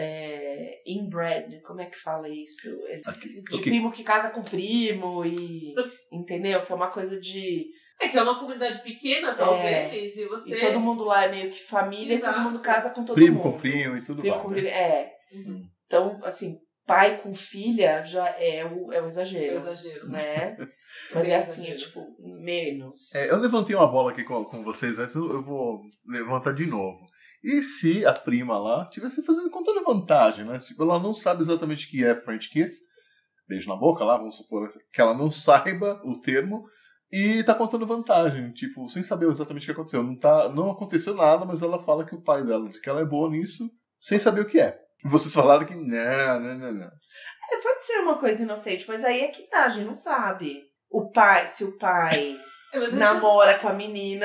é inbred, como é que fala isso? É Aqui- de ok. primo que casa com primo, e entendeu? Que é uma coisa de... É que é uma comunidade pequena, talvez, e você... E todo mundo lá é meio que família, Exato. e todo mundo casa com todo Primo mundo. com primo e tudo Primo vai, com né? primo, é. Uhum. Então, assim, pai com filha já é o, é o É exagero. o exagero. Né? Mas Bem é assim, é exagero. tipo, menos. É, eu levantei uma bola aqui com, com vocês antes, eu eu vou levantar de novo. E se a prima lá estivesse fazendo contando vantagem, né? Tipo, ela não sabe exatamente o que é French Kiss, beijo na boca lá, vamos supor que ela não saiba o termo, e tá contando vantagem, tipo, sem saber exatamente o que aconteceu. Não, tá, não aconteceu nada, mas ela fala que o pai dela diz que ela é boa nisso, sem saber o que é. E vocês falaram que não, não, não, não. É, pode ser uma coisa inocente, mas aí é que tá, a gente não sabe. O pai, se o pai É, mas eu namora com a menina,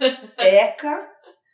peca,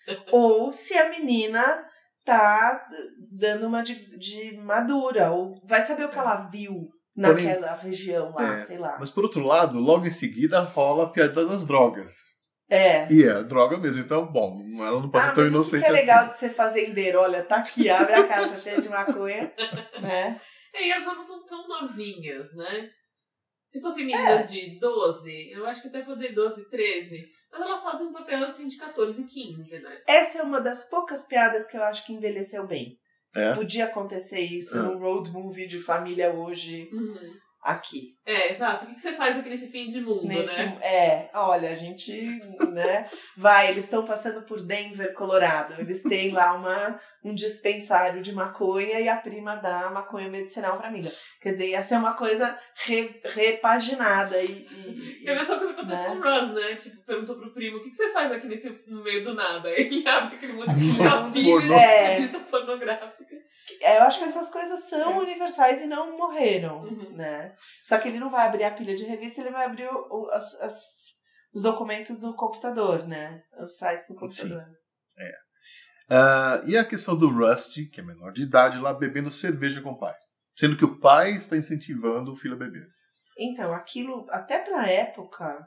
ou se a menina tá dando uma de, de madura, ou vai saber o que ela viu naquela região lá, É, sei lá. Mas por outro lado, logo em seguida rola a piada das drogas. É. E é droga mesmo, então, bom, ela não pode Ah, ser tão mas o que inocente que é legal assim. de ser fazendeiro? Olha, tá aqui, abre a caixa cheia de maconha, né? É, e elas já não são tão novinhas, né? Se fossem meninas É. de doze, eu acho que até poder doze, treze. Mas elas fazem um papel assim de catorze, quinze, né? Essa é uma das poucas piadas que eu acho que envelheceu bem. É? Podia acontecer isso Ah. num road movie de família hoje. Uhum. aqui. É, exato. O que você faz aqui nesse fim de mundo, Nesse, né? É, olha, a gente, né, vai, eles estão passando por Denver, Colorado, eles têm lá uma, um dispensário de maconha e a prima dá maconha medicinal pra amiga. Quer dizer, ia ser uma coisa re, repaginada e... e, e a mesma coisa que acontece, né, com o Ross, né? Tipo, perguntou pro primo, o que você faz aqui nesse, no meio do nada? Ele abre aquele monte de capítulo, é. revista pornográfica. É, eu acho que essas coisas são é. universais e não morreram, uhum. né? Só que ele não vai abrir a pilha de revista, ele vai abrir o, o, as, as, os documentos do computador, né? Os sites do computador. Sim. É. Uh, e a questão do Rusty, que é menor de idade, lá bebendo cerveja com o pai. Sendo que o pai está incentivando o filho a beber. Então, aquilo, até pra época,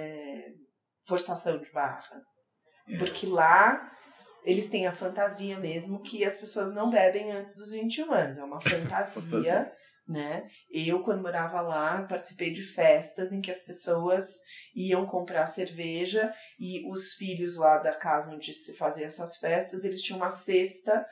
é forçação de barra. É. Porque lá... Eles têm a fantasia mesmo que as pessoas não bebem antes dos vinte e um anos. É uma fantasia, né? Eu, quando morava lá, participei de festas em que as pessoas iam comprar cerveja e os filhos lá da casa onde se fazia essas festas, eles tinham uma cesta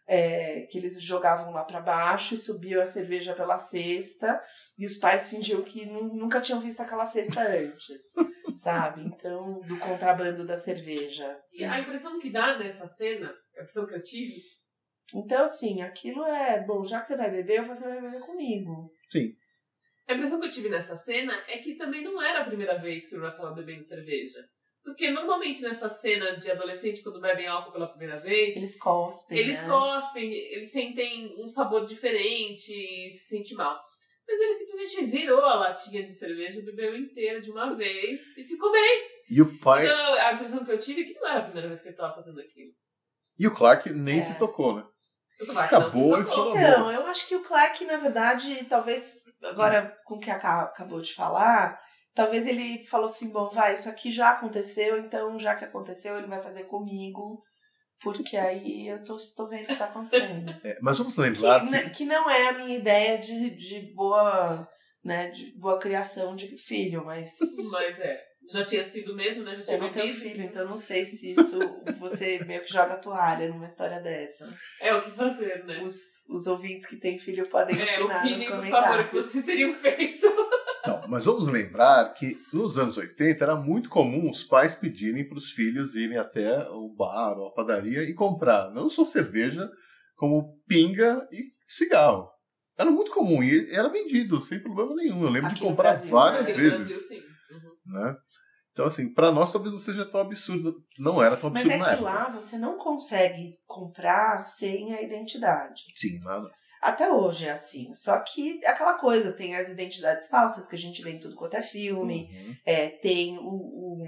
é, que eles jogavam lá para baixo e subiam a cerveja pela cesta e os pais fingiam que nunca tinham visto aquela cesta antes, sabe? Então, do contrabando da cerveja. E a impressão que dá nessa cena, a impressão que eu tive... Então, assim, aquilo é... Bom, já que você vai beber, você vai beber comigo. Sim. A impressão que eu tive nessa cena é que também não era a primeira vez que o Ross estava bebendo cerveja. Porque normalmente nessas cenas de adolescente, quando bebem álcool pela primeira vez... Eles cospem, Eles né? cospem, eles sentem um sabor diferente e se sentem mal. Mas ele simplesmente virou a latinha de cerveja, bebeu inteira de uma vez e ficou bem. E o pai... Então a impressão que eu tive é que não era a primeira vez que ele estava fazendo aquilo. E o Clark nem é. se tocou, né? O Clark Acabou não e se ficou tocou. na boa. Então, eu acho que o Clark, na verdade, talvez, agora com o que a Ká acabou de falar... Talvez ele falou assim, bom, vai, isso aqui já aconteceu, então já que aconteceu, ele vai fazer comigo, porque aí eu tô, tô vendo o que tá acontecendo. É, mas vamos lembrar que, que... que não é a minha ideia de, de boa, né, de boa criação de filho, mas... Mas é, já tinha sido mesmo, né? Já tinha eu não tenho filho, então eu não sei se isso você meio que joga a toalha numa história dessa. É o que fazer, né? Os, os ouvintes que têm filho podem é, opinar nos opinem, comentários. por favor, o que vocês teriam feito. Então, mas vamos lembrar que nos anos oitenta era muito comum os pais pedirem para os filhos irem até o bar ou a padaria e comprar não só cerveja, como pinga e cigarro. Era muito comum e era vendido sem problema nenhum. Eu lembro Aqui de comprar Brasil, várias né? vezes. No Brasil, sim. Uhum. Né? Então, assim, para nós talvez não seja tão absurdo. Não era tão absurdo Mas é na que época. lá você não consegue comprar sem a identidade. Sim, nada. Até hoje é assim. Só que é aquela coisa, tem as identidades falsas que a gente vê em tudo quanto é filme. Uhum. É, tem o, o,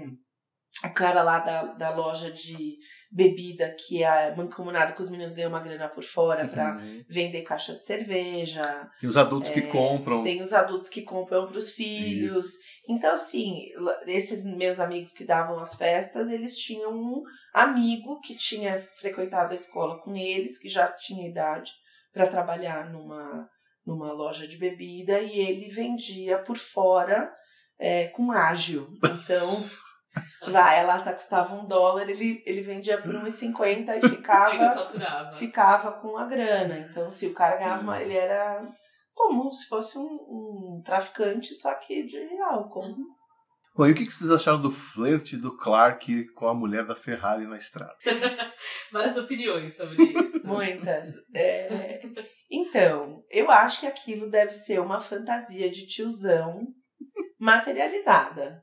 o cara lá da, da loja de bebida que é mancomunado que os meninos ganham uma grana por fora uhum. pra vender caixa de cerveja. Tem os adultos é, que compram. Tem os adultos que compram pros filhos. Isso. Então, assim, esses meus amigos que davam as festas, eles tinham um amigo que tinha frequentado a escola com eles, que já tinha idade para trabalhar numa, numa loja de bebida, e ele vendia por fora é, com ágio. Então, vai, a lata custava um dólar, ele, ele vendia por um real e cinquenta e ficava, ficava com a grana. Então, se o cara ganhava uma, ele era comum, se fosse um, um traficante, só que de álcool. Uhum. Bom, e o que vocês acharam do flerte do Clark com a mulher da Ferrari na estrada? Várias opiniões sobre isso. Muitas. É... Então, eu acho que aquilo deve ser uma fantasia de tiozão materializada.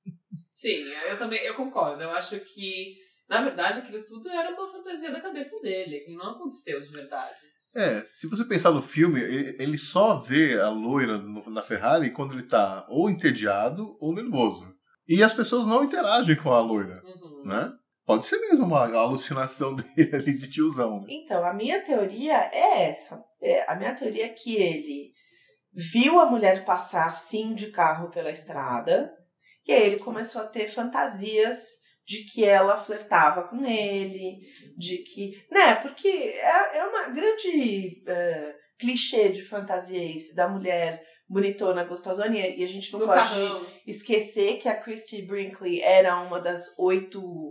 Sim, eu também eu concordo. Eu acho que, na verdade, aquilo tudo era uma fantasia da cabeça dele, que não aconteceu de verdade. É, se você pensar no filme, ele só vê a loira na Ferrari quando ele tá ou entediado ou nervoso. E as pessoas não interagem com a loira, uhum. né? Pode ser mesmo uma alucinação dele ali de tiozão. Né? Então, a minha teoria é essa. É, a minha teoria é que ele viu a mulher passar assim de carro pela estrada e aí ele começou a ter fantasias de que ela flertava com ele, de que... Né, porque é, é uma grande uh, clichê de fantasia esse, da mulher bonitona, gostosona, e a gente não no pode carrão. esquecer que a Christie Brinkley era uma das oito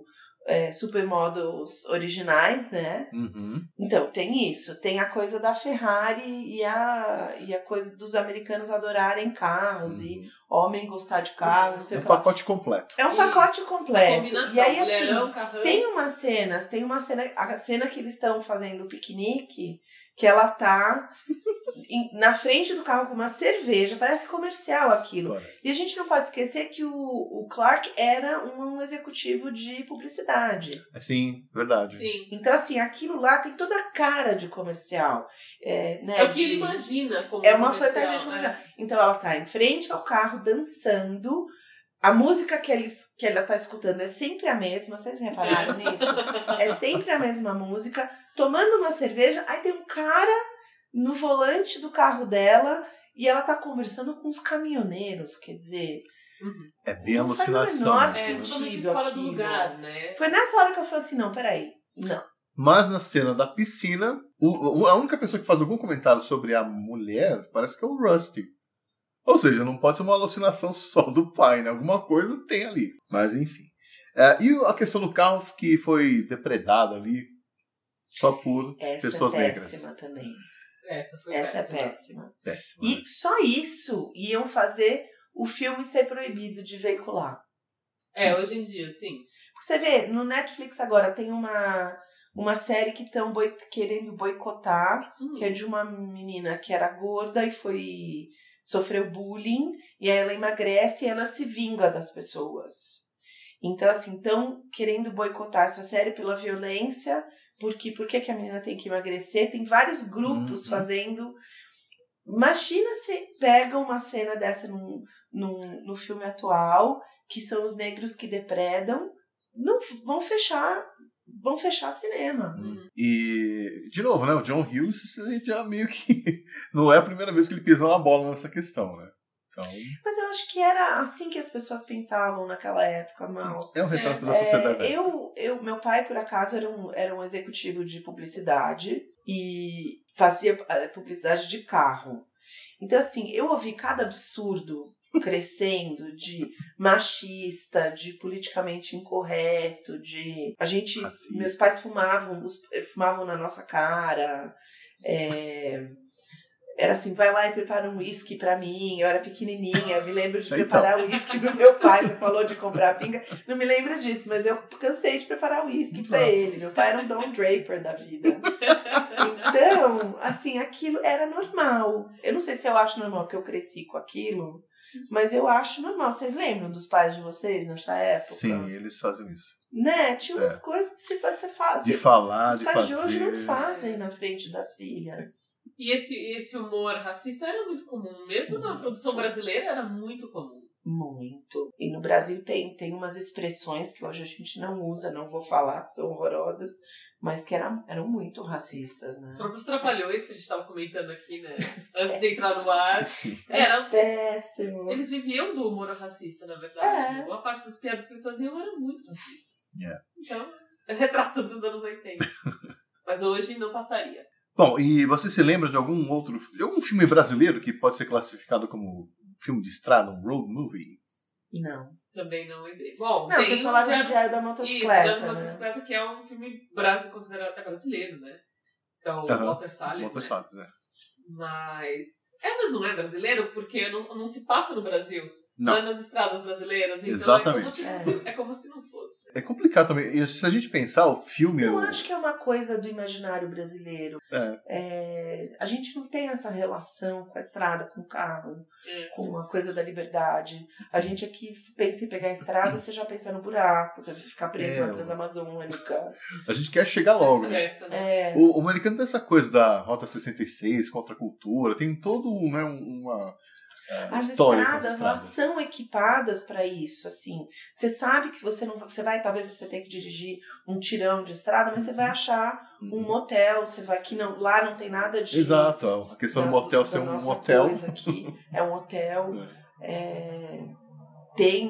é, supermodels originais, né? Uhum. Então, tem isso. Tem a coisa da Ferrari e a, e a coisa dos americanos adorarem carros, uhum. e homem gostar de carro, não sei o é que um pacote completo. É um isso. pacote completo. Combinação, e aí, mulherão, assim, carrão. tem umas cenas, tem uma cena, a cena que eles estão fazendo o piquenique, que ela tá em, na frente do carro com uma cerveja, parece comercial aquilo. Parece. E a gente não pode esquecer que o, o Clark era um, um executivo de publicidade. Sim, verdade. Sim. Então, assim, aquilo lá tem toda a cara de comercial. É, né, é o que de, ele imagina como É uma comercial, fantasia de comercial. É. Então, ela tá em frente ao carro, dançando. A música que, eles, que ela tá escutando é sempre a mesma. Vocês repararam nisso? É sempre a mesma música. Tomando uma cerveja, aí tem um cara no volante do carro dela e ela tá conversando com os caminhoneiros, quer dizer... Uhum. É bem não alucinação. Faz o menor É sentido totalmente fora aquilo. do lugar, né? Foi nessa hora que eu falei assim, não, peraí, não. Mas na cena da piscina, o, a única pessoa que faz algum comentário sobre a mulher parece que é o Rusty. Ou seja, não pode ser uma alucinação só do pai, né? Alguma coisa tem ali. Mas enfim. É, e a questão do carro que foi depredado ali só por Essa pessoas é negras. péssima também. Essa foi Essa péssima. é péssima. Péssimo. E só isso iam fazer o filme ser proibido de veicular. É, hoje em dia, sim. Você vê, no Netflix agora tem uma, uma série que estão boi- querendo boicotar, Hum. que é de uma menina que era gorda e foi sofreu bullying, e aí ela emagrece e ela se vinga das pessoas. Então, assim, estão querendo boicotar essa série pela violência, porque por que a menina tem que emagrecer? Tem vários grupos Uhum. fazendo... Imagina se pega uma cena dessa num, num, no filme atual, que são os negros que depredam, não vão fechar, vão fechar cinema. Uhum. E, de novo, né? O John Hughes já meio que... Não é a primeira vez que ele pisa na bola nessa questão, né? Então, Mas eu acho que era assim que as pessoas pensavam naquela época, Mal. é um retrato É, da sociedade. É, eu, eu, meu pai, por acaso, era um, era um executivo de publicidade e fazia publicidade de carro. Então, assim, eu ouvi cada absurdo crescendo de machista, de politicamente incorreto, de... A gente... Racista. Meus pais fumavam, os- fumavam na nossa cara. É... Era assim, vai lá e prepara um uísque pra mim. Eu era pequenininha, eu me lembro de Então. preparar o uísque pro meu pai. Você falou de comprar pinga. Não me lembro disso, mas eu cansei de preparar o uísque pra Nossa. ele. Meu pai era um Don Draper da vida. Então, assim, aquilo era normal. Eu não sei se eu acho normal que eu cresci com aquilo, mas eu acho normal. Vocês lembram dos pais de vocês nessa época? Sim, eles fazem isso. Né? Tinha umas É. coisas que se você faz. De falar, Os de pais fazer. de hoje não fazem na frente das filhas. E esse, esse humor racista era muito comum. Mesmo na produção brasileira era muito comum. Muito. E no Brasil tem, tem umas expressões que hoje a gente não usa, não vou falar, que são horrorosas, mas que eram, eram muito racistas, né? Os próprios trapalhões que a gente estava comentando aqui, né? Antes de entrar no ar. Sim. Era, Péssimo. eles viviam do humor racista, na verdade. É. Boa parte das piadas que eles faziam eram muito racistas. Yeah. Então, é retrato dos anos oitenta. Mas hoje não passaria. Bom, e você se lembra de algum outro... De algum filme brasileiro que pode ser classificado como filme de estrada, um road movie? Não. Também não lembrei. Bom, Não, tem vocês o falaram de Diário- Diário da Isso, Motocicleta, Diário da né? Motocicleta, que é um filme brasi- considerado é brasileiro, né? Que é o Aham. Walter Salles, Walter né? Salles, né? Mas... É, mas não é brasileiro porque não, não se passa no Brasil. Não. Não é nas estradas brasileiras. Então Exatamente. É como, se, é como se não fosse. É complicado também. E se a gente pensar, o filme... Eu o- acho que é uma coisa do imaginário brasileiro. É. É, a gente não tem essa relação com a estrada, com o carro, É. com a coisa da liberdade. A gente aqui pensa em pegar a estrada, você já pensa no buraco, você vai ficar preso É, na Transamazônica. A gente quer chegar logo, né? Estressa, né? É, O, o americano tem essa coisa da Rota sessenta e seis, contra a cultura, tem todo né, uma é, as história com as estradas, elas estradas. são equipadas para isso, assim. Você sabe que você não você vai, talvez você tenha que dirigir um tirão de estrada, mas você vai achar um Uhum. motel, você vai que não, lá não tem nada de Exato, a questão do motel ser um nossa motel. coisa aqui. É um hotel, é, tem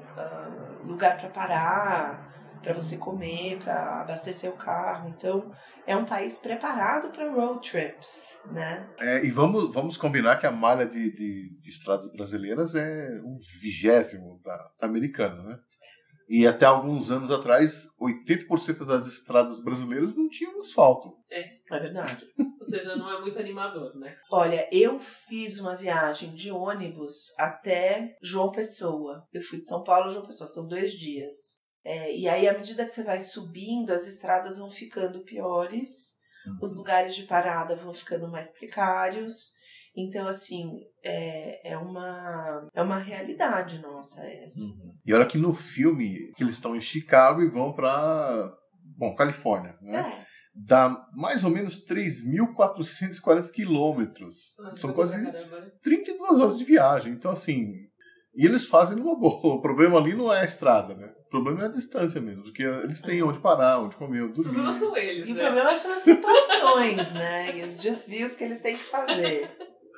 ah, lugar para parar, para você comer, para abastecer o carro. Então, é um país preparado para road trips, né? É, e vamos, vamos combinar que a malha de, de, de estradas brasileiras é o vigésimo da, da americana, né? E até alguns anos atrás, oitenta por cento das estradas brasileiras não tinham asfalto. É, É verdade. ou seja, não é muito animador, né? Olha, eu fiz uma viagem de ônibus até João Pessoa. Eu fui de São Paulo a João Pessoa, são dois dias. É, e aí, à medida que você vai subindo, as estradas vão ficando piores, uhum. os lugares de parada vão ficando mais precários. Então, assim, é, é, uma, é uma realidade nossa essa. Uhum. E olha que no filme, que eles estão em Chicago e vão para, bom, Califórnia, né? É. Dá mais ou menos três mil quatrocentos e quarenta quilômetros. São quase trinta e duas horas de viagem. Então, assim, e eles fazem numa boa. O problema ali não é a estrada, né? O problema é a distância mesmo, porque eles têm onde parar, onde comer, onde dormir. O problema são eles, e né? o problema são as situações, né? E os desvios que eles têm que fazer.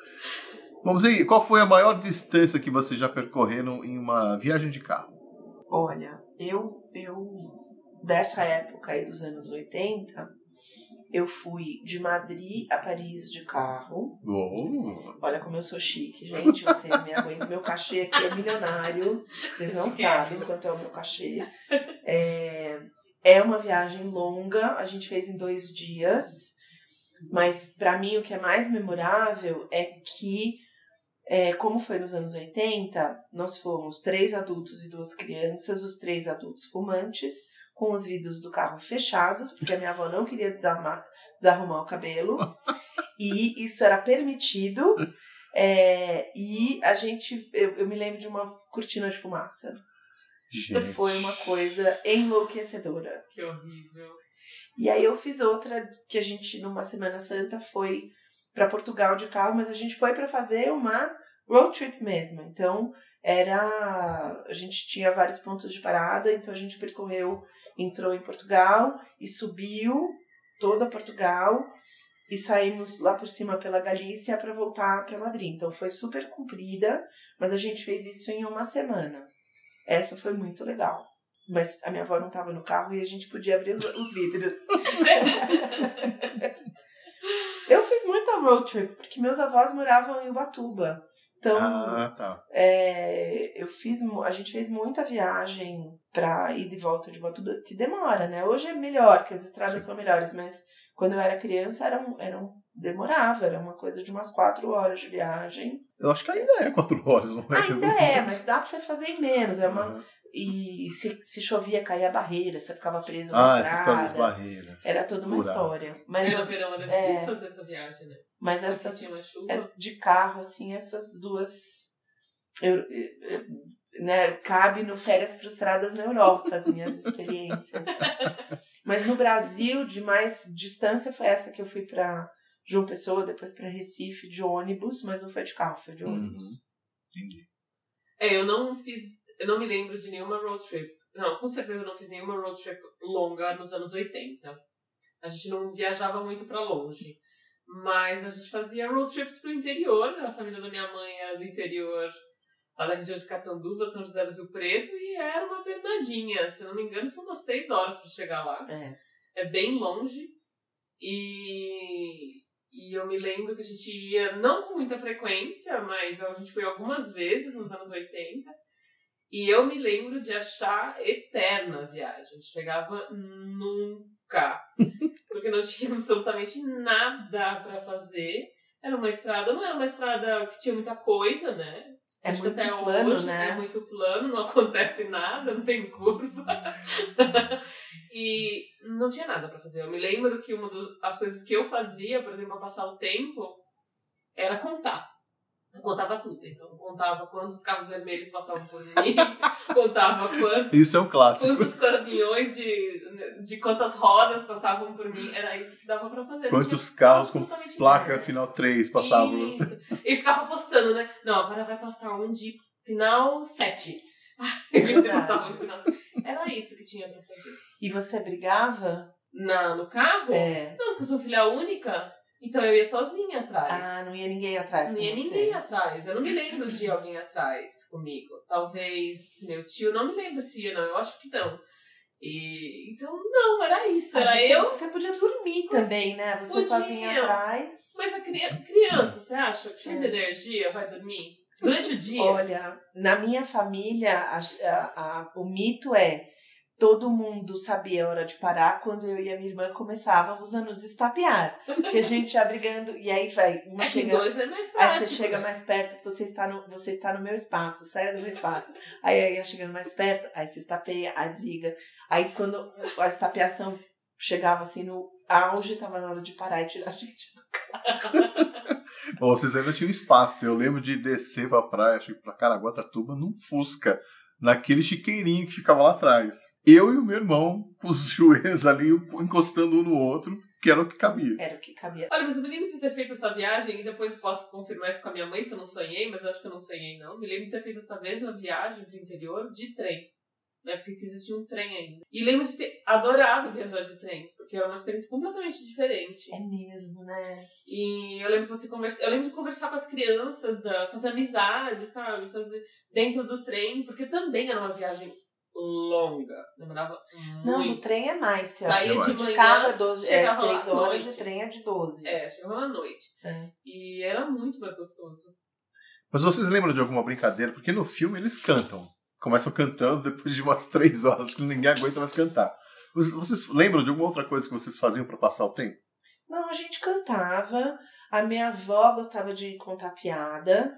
Vamos aí, qual foi a maior distância que vocês já percorreram em uma viagem de carro? Olha, eu, eu dessa época aí dos anos oitenta, eu fui de Madrid a Paris de carro. Oh. Olha como eu sou chique, gente. Vocês me aguentam. Meu cachê aqui é milionário. Vocês não sabem quanto é o meu cachê. É, é uma viagem longa. A gente fez em dois dias. Mas, para mim, o que é mais memorável é que, é, como foi nos anos oitenta, nós fomos três adultos e duas crianças, os três adultos fumantes, com os vidros do carro fechados, porque a minha avó não queria desarmar, desarrumar o cabelo, e isso era permitido, é, e a gente, eu, eu me lembro de uma cortina de fumaça. Gente. Foi uma coisa enlouquecedora. Que horrível. E aí eu fiz outra, que a gente, numa Semana Santa, foi para Portugal de carro, mas a gente foi para fazer uma road trip mesmo. Então, era, a gente tinha vários pontos de parada, então a gente percorreu, entrou em Portugal e subiu toda Portugal e saímos lá por cima pela Galícia para voltar para Madrid. Então foi super comprida, mas a gente fez isso em uma semana. Essa foi muito legal. Mas a minha avó não estava no carro e a gente podia abrir os, os vidros. Eu fiz muita road trip, porque meus avós moravam em Ubatuba. Então, ah, tá. é, eu fiz, a gente fez muita viagem pra ir de volta de Ubatuba, que demora, né? Hoje é melhor, que as estradas Sim. são melhores, mas quando eu era criança era um, era um, demorava, era uma coisa de umas quatro horas de viagem. Eu acho que ainda é quatro horas, não é? Ainda é, mas dá pra você fazer em menos. É uma, uhum. E se, se chovia, caía a barreira, você ficava preso na ah, estrada. Ah, essa história das barreiras. Era toda uma Curado. história. Mas no verão era é, difícil fazer essa viagem, né? Mas essas, de carro, assim, essas duas... Eu, eu, né, cabe no Férias Frustradas na Europa, as minhas experiências. Mas no Brasil, de mais distância, foi essa que eu fui para João Pessoa, depois para Recife, de ônibus, mas não foi de carro, foi de ônibus. Uhum. Entendi. É, eu não fiz... Eu não me lembro de nenhuma road trip. Não, com certeza eu não fiz nenhuma road trip longa nos anos oitenta. A gente não viajava muito pra longe. Mas a gente fazia road trips pro interior. A família da minha mãe era do interior, lá da região de Catanduva, São José do Rio Preto, e era uma pernadinha. Se não me engano, são umas seis horas pra chegar lá. É, é bem longe. E... E eu me lembro que a gente ia, não com muita frequência, mas a gente foi algumas vezes nos anos oitenta. E eu me lembro de achar eterna a viagem. A gente chegava nunca. Porque não tinha absolutamente nada pra fazer. Era uma estrada, não era uma estrada que tinha muita coisa, né? É Acho muito que até plano, hoje né? É muito plano, não acontece nada, não tem curva. E não tinha nada pra fazer. Eu me lembro que uma das coisas que eu fazia, por exemplo, pra passar o tempo, era contar. Eu contava tudo. Então, eu contava quantos carros vermelhos passavam por mim, contava quantos... Isso é um clássico. Quantos caminhões de, de quantas rodas passavam por mim. Era isso que dava pra fazer. Quantos carros com placa ideia. Final três passavam. Isso. E ficava postando, né? Não, agora vai passar um de final sete. E você passava no final sete. Era isso que tinha pra fazer. E você brigava? Na, no carro? É. Não, porque eu sou filha única. Então eu ia sozinha atrás. Ah, não ia ninguém atrás. Não ia ninguém atrás. Eu não me lembro de alguém atrás comigo. Talvez meu tio, não me lembro se ia, não. Eu acho que não. E, então, não, era isso. Era ah, você, eu. Você podia dormir mas, também, né? Você podia. sozinha atrás. Mas a criança, você acha que cheia de energia vai dormir? Durante o dia? Olha, na minha família, a, a, a, o mito é todo mundo sabia a hora de parar quando eu e a minha irmã começávamos a nos estapear. Que a gente ia brigando, e aí vai, uma É que chega, dois é mais aí prático. você chega né? mais perto, você está, no, você está no meu espaço, sai do meu espaço. Aí aí ia chegando mais perto, aí se estapeia, aí briga. Aí quando a estapeação chegava assim no auge, tava na hora de parar e tirar a gente do carro. Bom, vocês ainda tinham espaço. Eu lembro de descer pra praia, acho que pra Caraguatatuba, num Fusca, naquele chiqueirinho que ficava lá atrás. Eu e o meu irmão, com os joelhos ali, encostando um no outro, que era o que cabia. Era o que cabia. Olha, mas eu me lembro de ter feito essa viagem, e depois eu posso confirmar isso com a minha mãe, se eu não sonhei, mas eu acho que eu não sonhei, não. Me lembro de ter feito essa vez uma viagem pro interior de trem. Na época que existia um trem ainda. E lembro de ter adorado viajar de trem, porque era uma experiência completamente diferente. É mesmo, né? E eu lembro que você conversa, eu lembro de conversar com as crianças, da, fazer amizade, sabe? Fazer dentro do trem, porque também era uma viagem longa. Demorava muito. Não, no trem é mais. Se Saía de de manhã, carro é doze, é chegava lá seis à horas, noite. de trem é de doze. É, chegava à noite. É. E era muito mais gostoso. Mas vocês lembram de alguma brincadeira? Porque no filme eles cantam. Começam cantando depois de umas três horas que ninguém aguenta mais cantar. Vocês lembram de alguma outra coisa que vocês faziam para passar o tempo? Não, a gente cantava. A minha avó gostava de contar piada.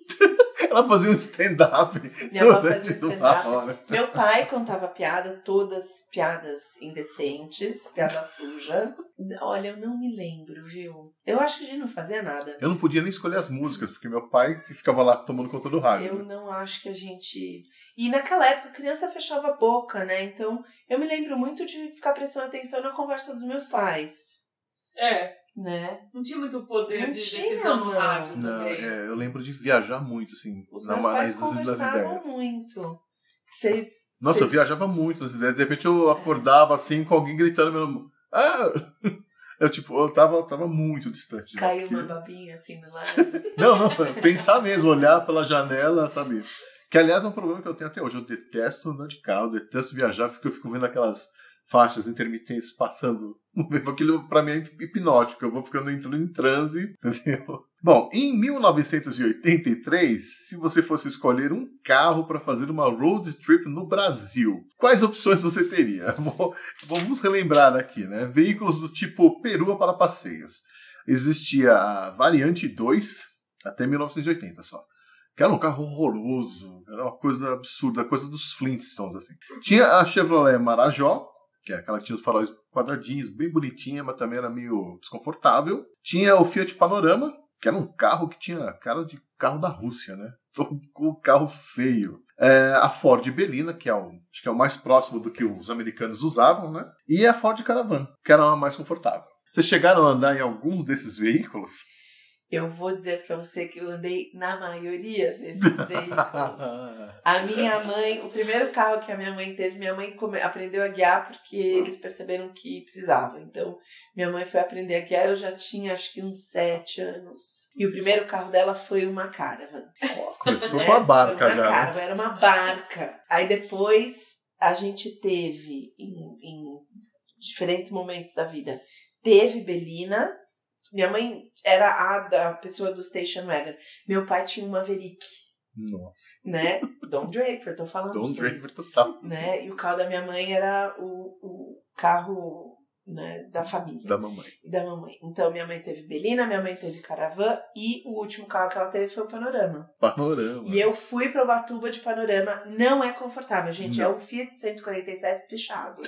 Ela fazia um stand-up. Minha avó durante fazia uma stand-up. hora. Meu pai contava piada, todas piadas indecentes, piada suja. Olha, eu não me lembro, viu? Eu acho que a gente não fazia nada. Eu não podia nem escolher as músicas, porque meu pai que ficava lá tomando conta do rádio. Eu não acho que a gente... E naquela época a criança fechava a boca, né? Então eu me lembro muito de ficar prestando atenção na conversa dos meus pais. É, Né? não tinha muito poder Não de tinha, decisão no não. rádio Não, também. é, assim. eu lembro de viajar muito, assim, Os na meus pais análise das conversavam ideias. muito. Vocês... Nossa, cês... eu viajava muito nas ideias. De repente eu acordava assim com alguém gritando meu nome. Ah! Eu, tipo, eu tava, tava muito distante. Caiu porque... uma babinha assim do lado. Não, não, pensar mesmo, olhar pela janela, sabe? Que, aliás, é um problema que eu tenho até hoje. Eu detesto andar de carro, eu detesto viajar, porque eu fico vendo aquelas faixas intermitentes passando. Aquilo, pra mim, é hipnótico. Eu vou ficando entrando em transe, entendeu? Bom, em mil novecentos e oitenta e três, se você fosse escolher um carro para fazer uma road trip no Brasil, quais opções você teria? Vou, vamos relembrar aqui, né? Veículos do tipo perua para passeios. Existia a Variante dois, até mil novecentos e oitenta só. Que era um carro horroroso, era uma coisa absurda, coisa dos Flintstones, assim. Tinha a Chevrolet Marajó, que é aquela que tinha os faróis quadradinhos, bem bonitinha, mas também era meio desconfortável. Tinha o Fiat Panorama, que era um carro que tinha cara de carro da Rússia, né? Um carro feio. É, a Ford Belina, que é o, acho que é o mais próximo do que os americanos usavam, né? E a Ford Caravan, que era a mais confortável. Vocês chegaram a andar em alguns desses veículos? Eu vou dizer pra você que eu andei na maioria desses veículos. A minha mãe, o primeiro carro que a minha mãe teve, minha mãe come, aprendeu a guiar porque eles perceberam que precisava. Então, minha mãe foi aprender a guiar, eu já tinha acho que uns sete anos. E o primeiro carro dela foi uma Caravan. Começou com a barca Foi uma já. Caravan, Né? era uma barca. Aí depois a gente teve, em, em diferentes momentos da vida, teve Belina. Minha mãe era a da pessoa do Station Wagon. Meu pai tinha uma Maverick. Nossa. Né? Don Draper, tô falando Don pra vocês. Draper total. Né? E o carro da minha mãe era o, o carro, né, da família. Da mamãe. E da mamãe. Então minha mãe teve Belina, minha mãe teve Caravan e o último carro que ela teve foi o Panorama. Panorama. E eu fui pra Ubatuba de Panorama. Não é confortável, gente. Não. É um Fiat cento e quarenta e sete espichado.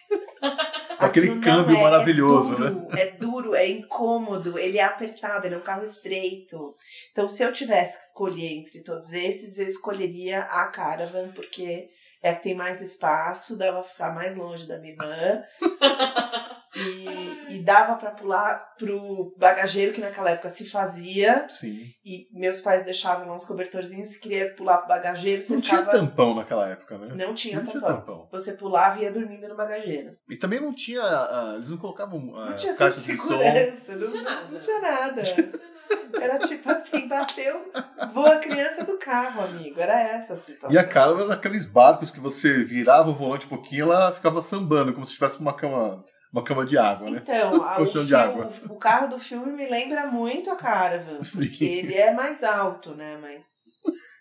Aquele Aquilo câmbio não é, maravilhoso, é duro, né? É duro, é incômodo, ele é apertado, ele é um carro estreito. Então, se eu tivesse que escolher entre todos esses, eu escolheria a Caravan, porque é que tem mais espaço, dava pra ficar mais longe da minha irmã. E, e dava pra pular pro bagageiro, que naquela época se fazia. Sim. E meus pais deixavam uns cobertorzinhos, se queria pular pro bagageiro, você Não ficava... tinha tampão naquela época, né? Não tinha Não tinha tampão. tampão. Você pulava e ia dormindo no bagageiro. E também não tinha. Uh, eles não colocavam uh, Não tinha caixa cinto de de som. segurança. Não tinha nada. Não tinha nada. Era tipo assim, bateu, voa a criança do carro, amigo. Era essa a situação. E a cara era aqueles barcos que você virava o volante um pouquinho e ela ficava sambando, como se tivesse uma cama, uma cama de água, né? Então, a, colchão o, de água. O, o carro do filme me lembra muito a Caravan, Sim. porque ele é mais alto, né? Mas...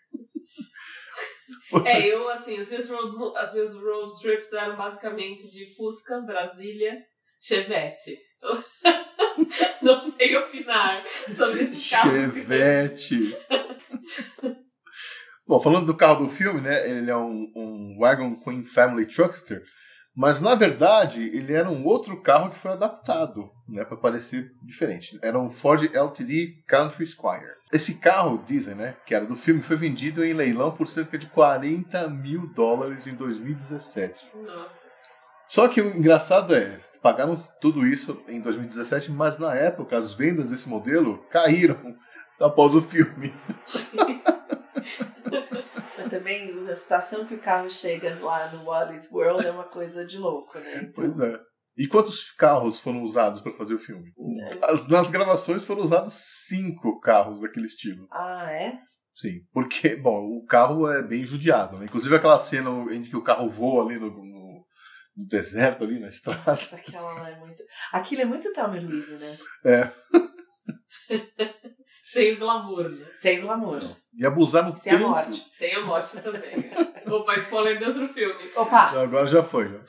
É, eu, assim, as minhas, road, as minhas road trips eram basicamente de Fusca, Brasília, Chevette. Não sei opinar sobre esses carros. Chevette. Bom, falando do carro do filme, né? Ele é um, um Wagon Queen Family Truckster, mas na verdade ele era um outro carro que foi adaptado, né, para parecer diferente. Era um Ford L T D Country Squire. Esse carro, dizem, né, que era do filme, foi vendido em leilão por cerca de quarenta mil dólares em dois mil e dezessete. Nossa. Só que o engraçado é, pagaram tudo isso em dois mil e dezessete, mas na época as vendas desse modelo caíram após o filme. Mas também a situação que o carro chega lá no Wally World é uma coisa de louco, né? Então... Pois é. E quantos carros foram usados para fazer o filme? As, nas gravações foram usados cinco carros daquele estilo. Ah, é? Sim, porque, bom, o carro é bem judiado, né? Inclusive aquela cena em que o carro voa ali no, no, no deserto, ali na estrada. Nossa, aquela lá é muito... Aquilo é muito Thelma e Louise, né? É. Sem glamour, né? Sem glamour. E abusaram Sem tanto... a morte. Sem a morte também. Opa, spoiler de outro filme. Opa! Agora já foi, já.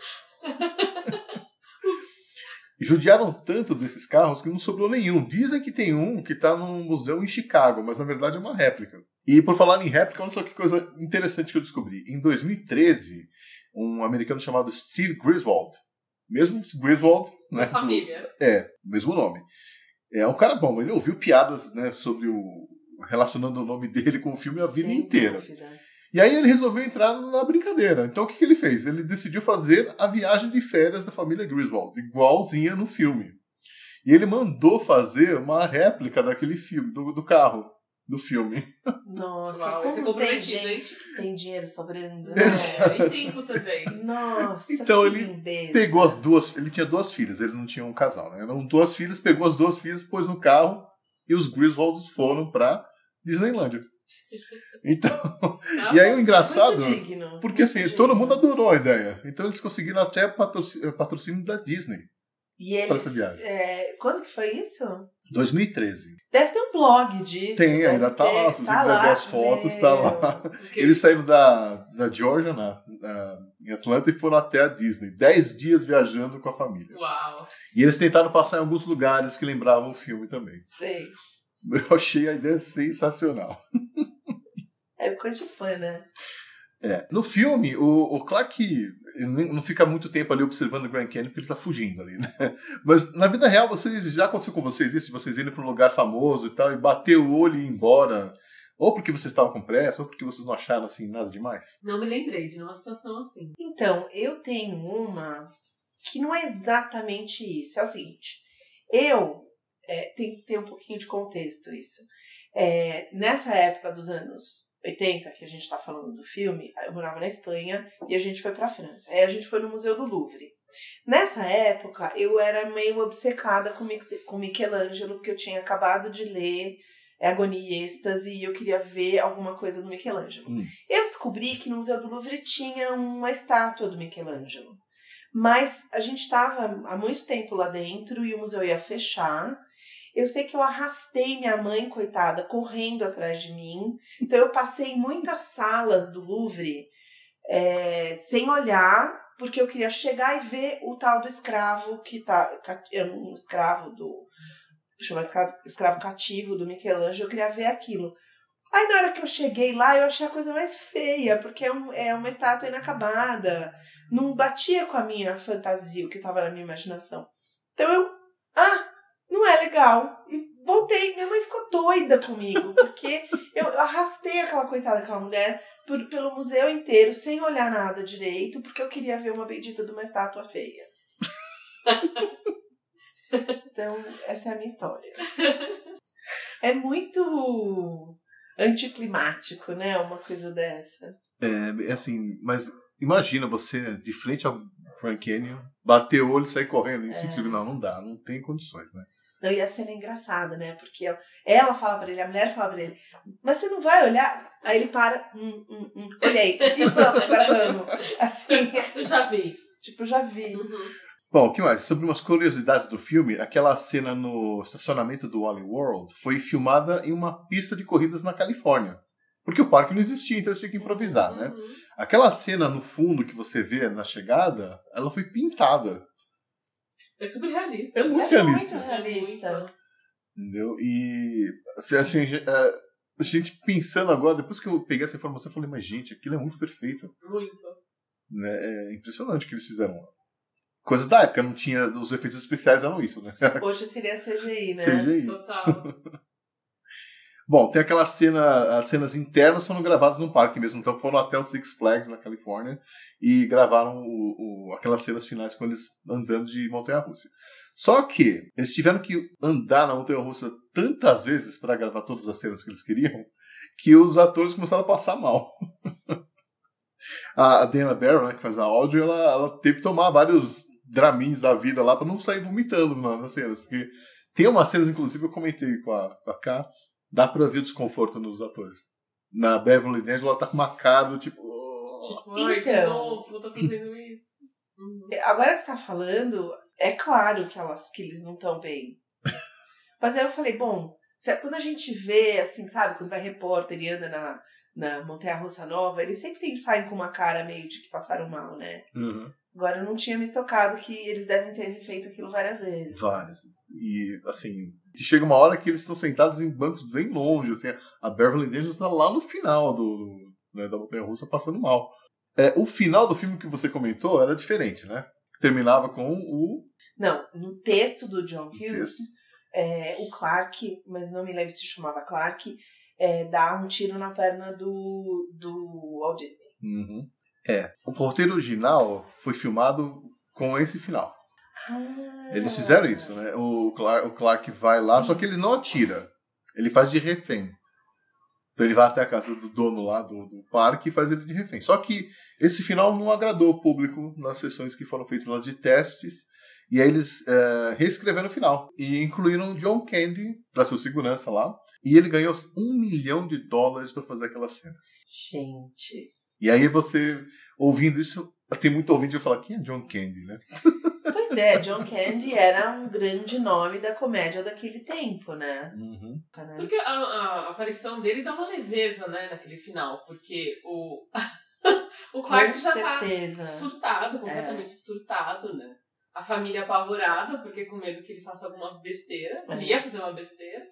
Ups. Judiaram tanto desses carros que não sobrou nenhum. Dizem que tem um que está num museu em Chicago, mas na verdade é uma réplica. E por falar em réplica, olha só que coisa interessante que eu descobri. Em dois mil e treze, um americano chamado Steve Griswold, mesmo Griswold, né, Da família. do, é, mesmo nome. É um cara bom, ele ouviu piadas, né, sobre o... relacionando o nome dele com o filme a vida Sem inteira. dúvida. E aí ele resolveu entrar na brincadeira. Então o que, que ele fez? Ele decidiu fazer a viagem de férias da família Griswold, igualzinha no filme. E ele mandou fazer uma réplica daquele filme, do, do carro, do filme. Nossa, Uau, como esse tem comprometido, hein? gente que tem dinheiro sobrando. É, Né? e tempo também. Nossa, Então que ele lindeza. pegou as duas... Ele tinha duas filhas, ele não tinha um casal, né? Eram duas filhas, pegou as duas filhas, pôs no carro e os Griswolds foram pra Disneylândia. Então, Tá? e aí o engraçado, Muito digno, porque muito assim, digno. todo mundo adorou a ideia. Então eles conseguiram até patrocínio, patrocínio da Disney. E para essa eles. viagem. É, quando que foi isso? dois mil e treze. Deve ter um blog disso. Tem, deve ainda tá ter, lá. Se você tá quiser lá, ver as fotos, meu. tá lá. Eles saíram da, da Georgia, na, na, em Atlanta, e foram até a Disney. Dez dias viajando com a família. Uau. E eles tentaram passar em alguns lugares que lembravam o filme também. Sei. Eu achei a ideia sensacional. É coisa de fã, né? É. No filme, o, o Clark ele não fica muito tempo ali observando o Grand Canyon porque ele tá fugindo ali, né? Mas na vida real, vocês, já aconteceu com vocês isso? De vocês irem para um lugar famoso e tal, e bater o olho e ir embora? Ou porque vocês estavam com pressa, ou porque vocês não acharam assim nada demais? Não me lembrei de uma situação assim. Então, eu tenho uma que não é exatamente isso. É o seguinte, eu... É, tem que ter um pouquinho de contexto isso. É, nessa época dos anos oitenta, que a gente está falando do filme, eu morava na Espanha e a gente foi para a França. Aí a gente foi no Museu do Louvre. Nessa época, eu era meio obcecada com, com Michelangelo, porque eu tinha acabado de ler Agonia e Êxtase e eu queria ver alguma coisa do Michelangelo. Hum. Eu descobri que no Museu do Louvre tinha uma estátua do Michelangelo. Mas a gente estava há muito tempo lá dentro e o museu ia fechar. Eu sei que eu arrastei minha mãe, coitada, correndo atrás de mim. Então eu passei em muitas salas do Louvre é, sem olhar, porque eu queria chegar e ver o tal do escravo, que tá, um escravo do, chama escravo, escravo cativo do Michelangelo, eu queria ver aquilo. Aí na hora que eu cheguei lá, eu achei a coisa mais feia, porque é, um, é uma estátua inacabada. Não batia com a minha fantasia, o que estava na minha imaginação. Então eu, ah, não é legal. E voltei, minha mãe ficou doida comigo, porque eu arrastei aquela coitada daquela mulher por, pelo museu inteiro, sem olhar nada direito, porque eu queria ver uma bendita de uma estátua feia. Então, essa é a minha história. É muito anticlimático, né? Uma coisa dessa. É, assim, mas imagina você de frente ao Grand Canyon, bater o olho e sair correndo em cinco segundos. Não, não dá, não tem condições, né? Não, e a cena é engraçada, né? Porque ela, ela fala pra ele, a mulher fala pra ele, mas você não vai olhar? Aí ele para, hum, hum, hum, olhei, isso não, agora vamos. Assim, eu já vi. Tipo, já vi. Uhum. Bom, o que mais? Sobre umas curiosidades do filme, aquela cena no estacionamento do Wally World foi filmada em uma pista de corridas na Califórnia. Porque o parque não existia, então eles tinham que improvisar, uhum. né? Aquela cena no fundo que você vê na chegada, ela foi pintada. É super realista. É muito é realista. muito realista. É muito. Entendeu? E assim, assim, a gente pensando agora, depois que eu peguei essa informação, eu falei, mas gente, aquilo é muito perfeito. Muito. Né? É impressionante o que eles fizeram lá. Coisas da época, não tinha. Os efeitos especiais eram isso, né? Hoje seria C G I, né? C G I. Total. Bom, tem aquela cena. As cenas internas foram gravadas no parque mesmo. Então foram até o Six Flags na Califórnia e gravaram o, o, aquelas cenas finais com eles andando de montanha-russa. Só que eles tiveram que andar na montanha-russa tantas vezes para gravar todas as cenas que eles queriam que os atores começaram a passar mal. A Dana Barron, né, que faz a Audrey, ela, ela teve que tomar vários dramins da vida lá pra não sair vomitando nas cenas, porque tem umas cenas, inclusive, eu comentei com a, com a Ká, dá pra ver o desconforto nos atores. Na Beverly D'Angelo, ela tá com uma cara do tipo... Tipo, ai, de Então. novo, tá fazendo isso. Uhum. Agora que você tá falando, é claro que, elas, que eles não estão bem. Mas aí eu falei, bom, se, quando a gente vê, assim, sabe, quando vai repórter e anda na, na Montanha-Russa Nova, eles sempre tem, saem com uma cara meio de que passaram mal, né? Uhum. Agora eu não tinha me tocado que eles devem ter feito aquilo várias vezes. Várias. E, assim, chega uma hora que eles estão sentados em bancos bem longe, assim, a Beverly D'Angelo tá lá no final do, né, da montanha-russa passando mal. É, o final do filme que você comentou era diferente, né? Terminava com o... Não, no texto do John Hughes, texto. É, o Clark, mas não me lembro se chamava Clark, é, dá um tiro na perna do, do Walt Disney. Uhum. É, o roteiro original foi filmado com esse final. Ah. Eles fizeram isso, né? O Clark, o Clark vai lá, só que ele não atira. Ele faz de refém. Então ele vai até a casa do dono lá do, do parque e faz ele de refém. Só que esse final não agradou o público nas sessões que foram feitas lá de testes. E aí eles é, reescreveram o final. E incluíram o John Candy pra ser segurança lá. E ele ganhou um milhão de dólares pra fazer aquela cena. Gente... E aí você, ouvindo isso, tem muito ouvinte que fala, quem é John Candy, né? Pois é, John Candy era um grande nome da comédia daquele tempo, né? Uhum. Porque a, a aparição dele dá uma leveza, né, naquele final. Porque o, o Clark Com já certeza. tá surtado, completamente é. surtado, né? A família apavorada, porque com medo que ele faça alguma besteira. É. Ele ia fazer uma besteira.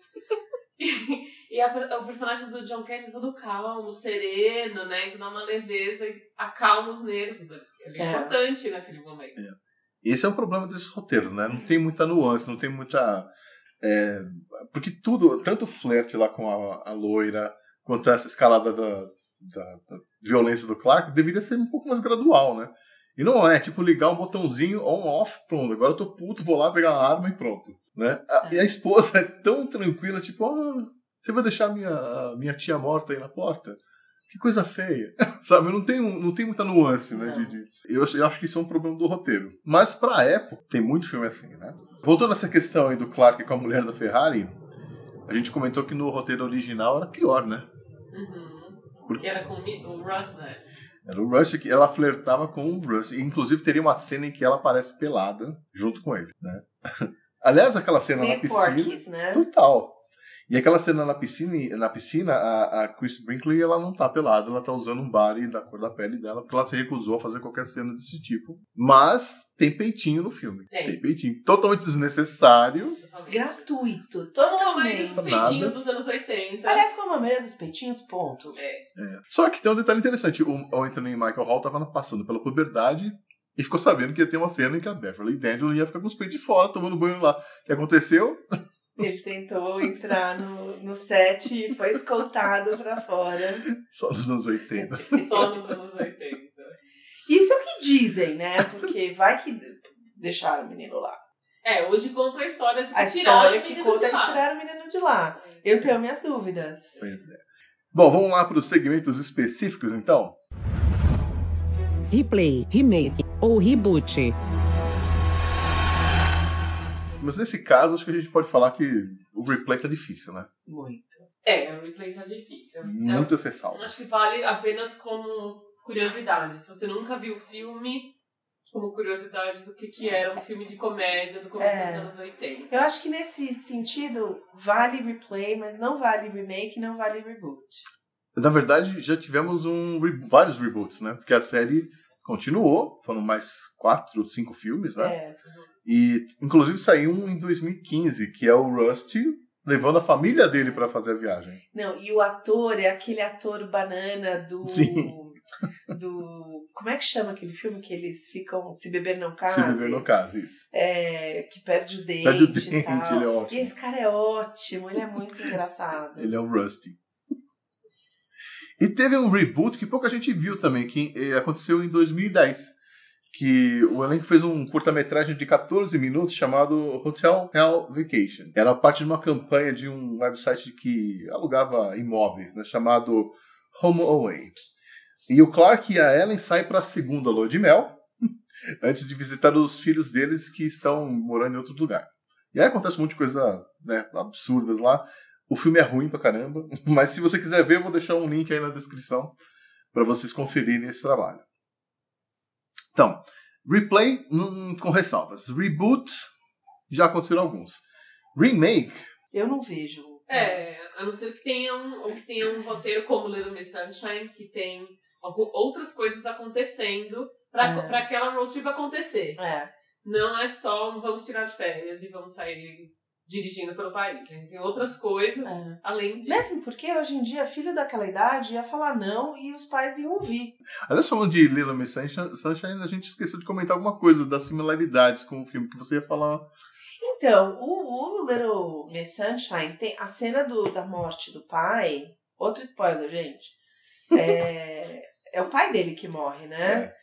E, e a, o personagem do John Candy todo calmo, sereno, né? Então dá uma leveza e acalma os nervos. Ele é, é. importante naquele momento. É. Esse é o problema desse roteiro, né? Não tem muita nuance, não tem muita... É, porque tudo, tanto o flerte lá com a, a loira, quanto essa escalada da, da, da violência do Clark, deveria ser um pouco mais gradual, né? E não é, tipo, ligar um botãozinho on-off, pronto, agora eu tô puto, vou lá pegar a arma e pronto. Né? A, é. E a esposa é tão tranquila, tipo, ah, você vai deixar a minha, a minha tia morta aí na porta? Que coisa feia. Sabe, não tem, não tem muita nuance, né? De, de... Eu, eu acho que isso é um problema do roteiro. Mas pra época, tem muito filme assim, né? Voltando a essa questão aí do Clark com a mulher da Ferrari, a gente comentou que no roteiro original era pior, né? Uhum. Porque era com o Russ, né? Era o Russ, que ela flertava com o Russ. E, inclusive, teria uma cena em que ela aparece pelada junto com ele, né? Aliás, aquela cena meio na piscina... Porquis, né? Total. E aquela cena na piscina, na piscina a, a Chris Brinkley, ela não tá pelada, ela tá usando um body da cor da pele dela, porque ela se recusou a fazer qualquer cena desse tipo. Mas tem peitinho no filme. Tem. Tem peitinho. Totalmente desnecessário. Totalmente. Gratuito. Totalmente. Como a maioria Totalmente. dos peitinhos dos anos oitenta. Aliás, como a maioria dos peitinhos, ponto. É. É. Só que tem um detalhe interessante. O, o Anthony Michael Hall tava passando pela puberdade e ficou sabendo que ia ter uma cena em que a Beverly D'Angelo ia ficar com os peitos de fora, tomando banho lá. O que aconteceu? Ele tentou entrar no, no set e foi escoltado pra fora. Só nos anos oitenta. Só nos anos oitenta. Isso é o que dizem, né? Porque vai que deixaram o menino lá. É, hoje conta a história de que a tiraram história o menino que conta de lá. que tiraram o menino de lá. Eu tenho minhas dúvidas. Pois é. Bom, vamos lá para os segmentos específicos, então? Replay, remake ou reboot. Mas nesse caso, acho que a gente pode falar que o replay tá difícil, né? Muito. É, o replay tá difícil. Muitas ressalvas. Acho que vale apenas como curiosidade. Se você nunca viu o filme, como curiosidade do que, que era um filme de comédia do começo É. dos anos oitenta. Eu acho que nesse sentido, vale replay, mas não vale remake, não vale reboot. Na verdade, já tivemos um, re- vários reboots, né? Porque a série continuou, foram mais quatro, cinco filmes, né? É. E, inclusive, saiu um em dois mil e quinze, que é o Rusty, levando a família dele pra fazer a viagem. Não, e o ator é aquele ator banana do... Sim. do... Como é que chama aquele filme que eles ficam... Se Beber Não Case? Se viver no caso, isso. É, que perde o dente Perde o dente, e tal. ele é ótimo. E esse cara é ótimo, ele é muito engraçado. Ele é o Rusty. E teve um reboot que pouca gente viu também, que eh, aconteceu em dois mil e dez. Que o elenco fez um curta-metragem de catorze minutos chamado Hotel Hell Vacation. Era parte de uma campanha de um website que alugava imóveis, né, chamado Home Away. E o Clark e a Ellen saem para a segunda lua de mel, antes de visitar os filhos deles que estão morando em outro lugar. E aí acontece um monte de coisa, né, absurdas lá. O filme é ruim pra caramba, mas se você quiser ver, eu vou deixar um link aí na descrição para vocês conferirem esse trabalho. Então, replay hum, com ressalvas. Reboot, já aconteceram alguns. Remake, Eu não vejo. É, a não ser que tenha um, ou que tenha um roteiro como Little Miss Sunshine, que tem algum- outras coisas acontecendo pra, É. pra aquela road trip acontecer. É. Não é só um vamos tirar férias e vamos sair dirigindo pelo país. Né? Tem outras coisas É. além disso. Mesmo porque hoje em dia, filho daquela idade ia falar não e os pais iam ouvir. aliás, falando de Little Miss Sunshine, Sunshine, a gente esqueceu de comentar alguma coisa das similaridades com o filme que você ia falar. Então, o, o Little Miss Sunshine tem a cena do, da morte do pai. Outro spoiler, gente. É, é o pai dele que morre, né?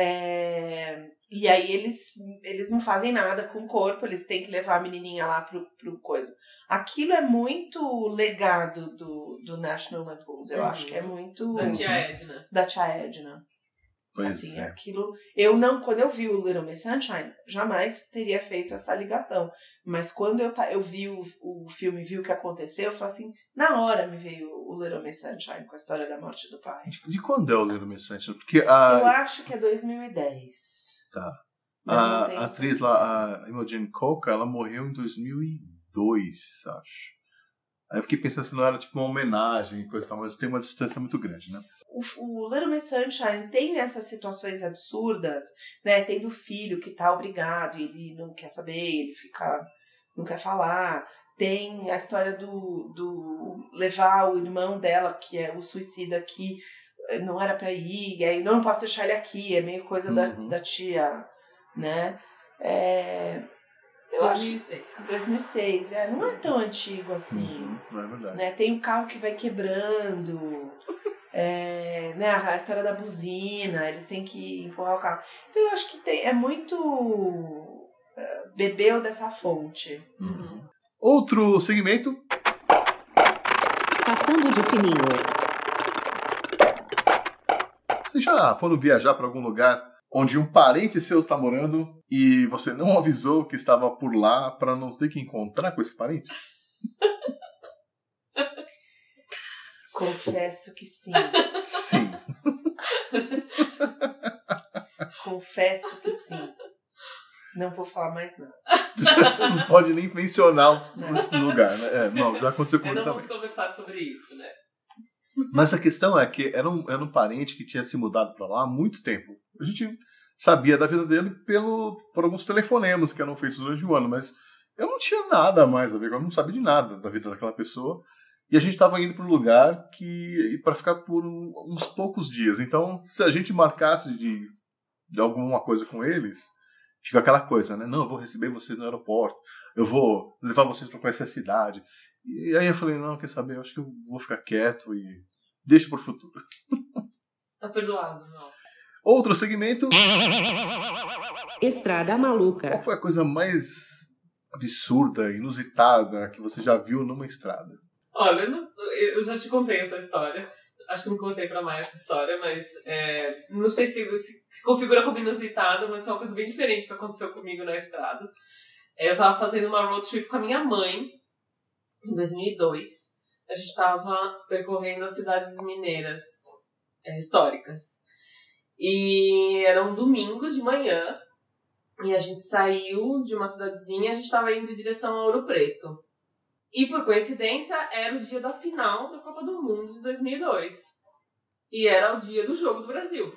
É, e aí eles, eles não fazem nada com o corpo, eles têm que levar a menininha lá pro, pro coisa. Aquilo é muito legado do, do National Lampoons, eu Uhum. acho que é muito Da tia Edna. da tia Edna. Pois Assim, é. aquilo. Eu não, quando eu vi o Little Miss Sunshine, jamais teria feito essa ligação. Mas quando eu, ta- eu vi o, o filme, vi o que aconteceu, eu falei assim, na hora me veio o Little Miss Sunshine com a história da morte do pai. De, de quando é o Little Miss Sunshine? Porque Eu a, acho que é dois mil e dez. Tá. Mas não a, tenho a atriz certeza. lá, a Imogen Coca, ela morreu em dois mil e dois, acho. Aí eu fiquei pensando se não era tipo uma homenagem, coisa e tal, mas tem uma distância muito grande, né? O, o Little Miss Sunshine tem essas situações absurdas, né? Tem do filho que tá obrigado e ele não quer saber, ele fica, não quer falar. Tem a história do, do levar o irmão dela, que é o suicida, que não era pra ir, e aí não posso deixar ele aqui, é meio coisa da, Uhum. da tia, né? É, eu acho dois mil e que seis. dois mil e seis, é, não é tão antigo assim. Uhum, é verdade. Né? Tem o carro que vai quebrando, é, né? A história da buzina, eles têm que empurrar o carro. Então eu acho que tem, é muito é, bebeu dessa fonte. Uhum. Outro segmento, Passando de fininho. vocês já foram viajar para algum lugar onde um parente seu tá morando e você não avisou que estava por lá para não ter que encontrar com esse parente? Confesso que sim. Sim. Confesso que sim. Não vou falar mais nada. Não pode nem mencionar Não. esse lugar, né? É, não, já aconteceu É, comigo não também. vamos conversar sobre isso, né? Mas a questão é que era um, era um parente que tinha se mudado para lá há muito tempo. A gente sabia da vida dele pelo, por alguns telefonemas que eram feitos durante o ano, mas eu não tinha nada mais a ver, eu não sabia de nada da vida daquela pessoa. E a gente estava indo para um lugar que para ficar por um, uns poucos dias. Então, se a gente marcasse de, de alguma coisa com eles, fica aquela coisa, né? Não, eu vou receber vocês no aeroporto, eu vou levar vocês para conhecer a cidade. E aí eu falei, não, quer saber, eu acho que eu vou ficar quieto e deixo pro futuro. Tá perdoado, não. Outro segmento, Estrada maluca. qual foi a coisa mais absurda, inusitada que você já viu numa estrada? Olha, eu, não- eu já te contei essa história. Acho que não contei pra mais essa história, mas é, não sei se, se, se configura como inusitada, mas foi uma coisa bem diferente que aconteceu comigo na estrada. É, eu tava fazendo uma road trip com a minha mãe, em dois mil e dois. A gente tava percorrendo as cidades mineiras é, históricas. E era um domingo de manhã. E a gente saiu de uma cidadezinha, a gente estava indo em direção a Ouro Preto. E por coincidência, era o dia da final da Copa do Mundo de dois mil e dois. E era o dia do Jogo do Brasil.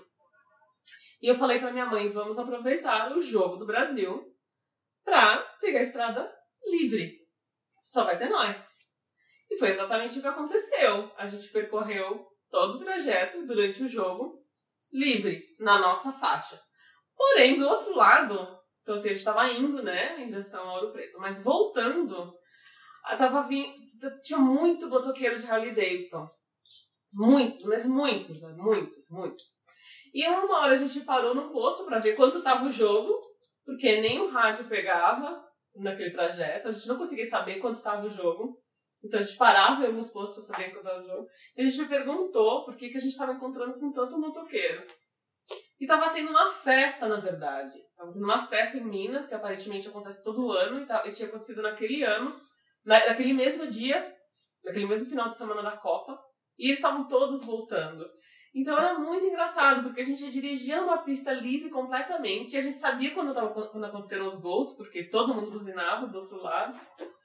E eu falei pra minha mãe, vamos aproveitar o Jogo do Brasil pra pegar a estrada livre. Só vai ter nós. E foi exatamente o que aconteceu. A gente percorreu todo o trajeto durante o jogo livre, na nossa faixa. Porém, do outro lado, então assim, a gente estava indo, né, em direção ao Ouro Preto, mas voltando, tava vindo, tinha muito motoqueiro de Harley Davidson. Muitos, mas muitos, muitos, muitos. E uma hora a gente parou no posto para ver quanto estava o jogo, porque nem o rádio pegava naquele trajeto, a gente não conseguia saber quanto estava o jogo. Então a gente parava em alguns postos para saber quanto estava o jogo. E a gente perguntou por que, que a gente estava encontrando com tanto motoqueiro. E tava tendo uma festa, na verdade. Tava tendo uma festa em Minas, que aparentemente acontece todo ano, e, tá, e tinha acontecido naquele ano, na, naquele mesmo dia, naquele mesmo final de semana da Copa, e eles estavam todos voltando. Então era muito engraçado, porque a gente dirigia numa pista livre completamente, e a gente sabia quando, tava, quando aconteceram os gols, porque todo mundo buzinava do outro lado.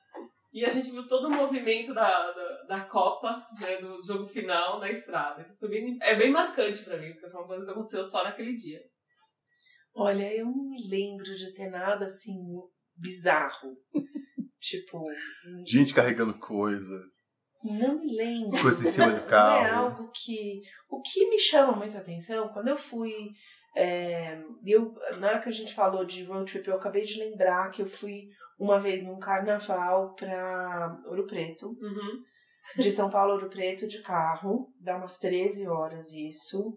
E a gente viu todo o movimento da, da, da Copa, né, do jogo final, na estrada. Então foi bem, é bem marcante pra mim, porque foi uma coisa que aconteceu só naquele dia. Olha, eu não me lembro de ter nada assim bizarro. Tipo... Gente carregando coisas. Não me lembro. Coisas em cima não, do carro. Não é algo que... O que me chama muita atenção, quando eu fui... É, eu, na hora que a gente falou de road trip, eu acabei de lembrar que eu fui uma vez num carnaval pra Ouro Preto. Uhum. De São Paulo a Ouro Preto de carro. Dá umas treze horas isso.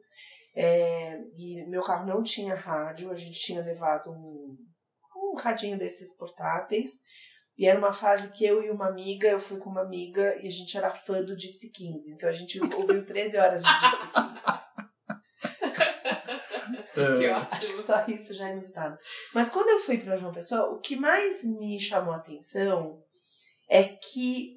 É, e meu carro não tinha rádio. A gente tinha levado um, um radinho desses portáteis. E era uma fase que eu e uma amiga, eu fui com uma amiga e a gente era fã do Gypsy Kings. Então a gente ouviu treze horas de Gypsy Kings. Que Acho que ótimo. só isso já é inusitado. Mas quando eu fui para João Pessoa, o que mais me chamou a atenção é que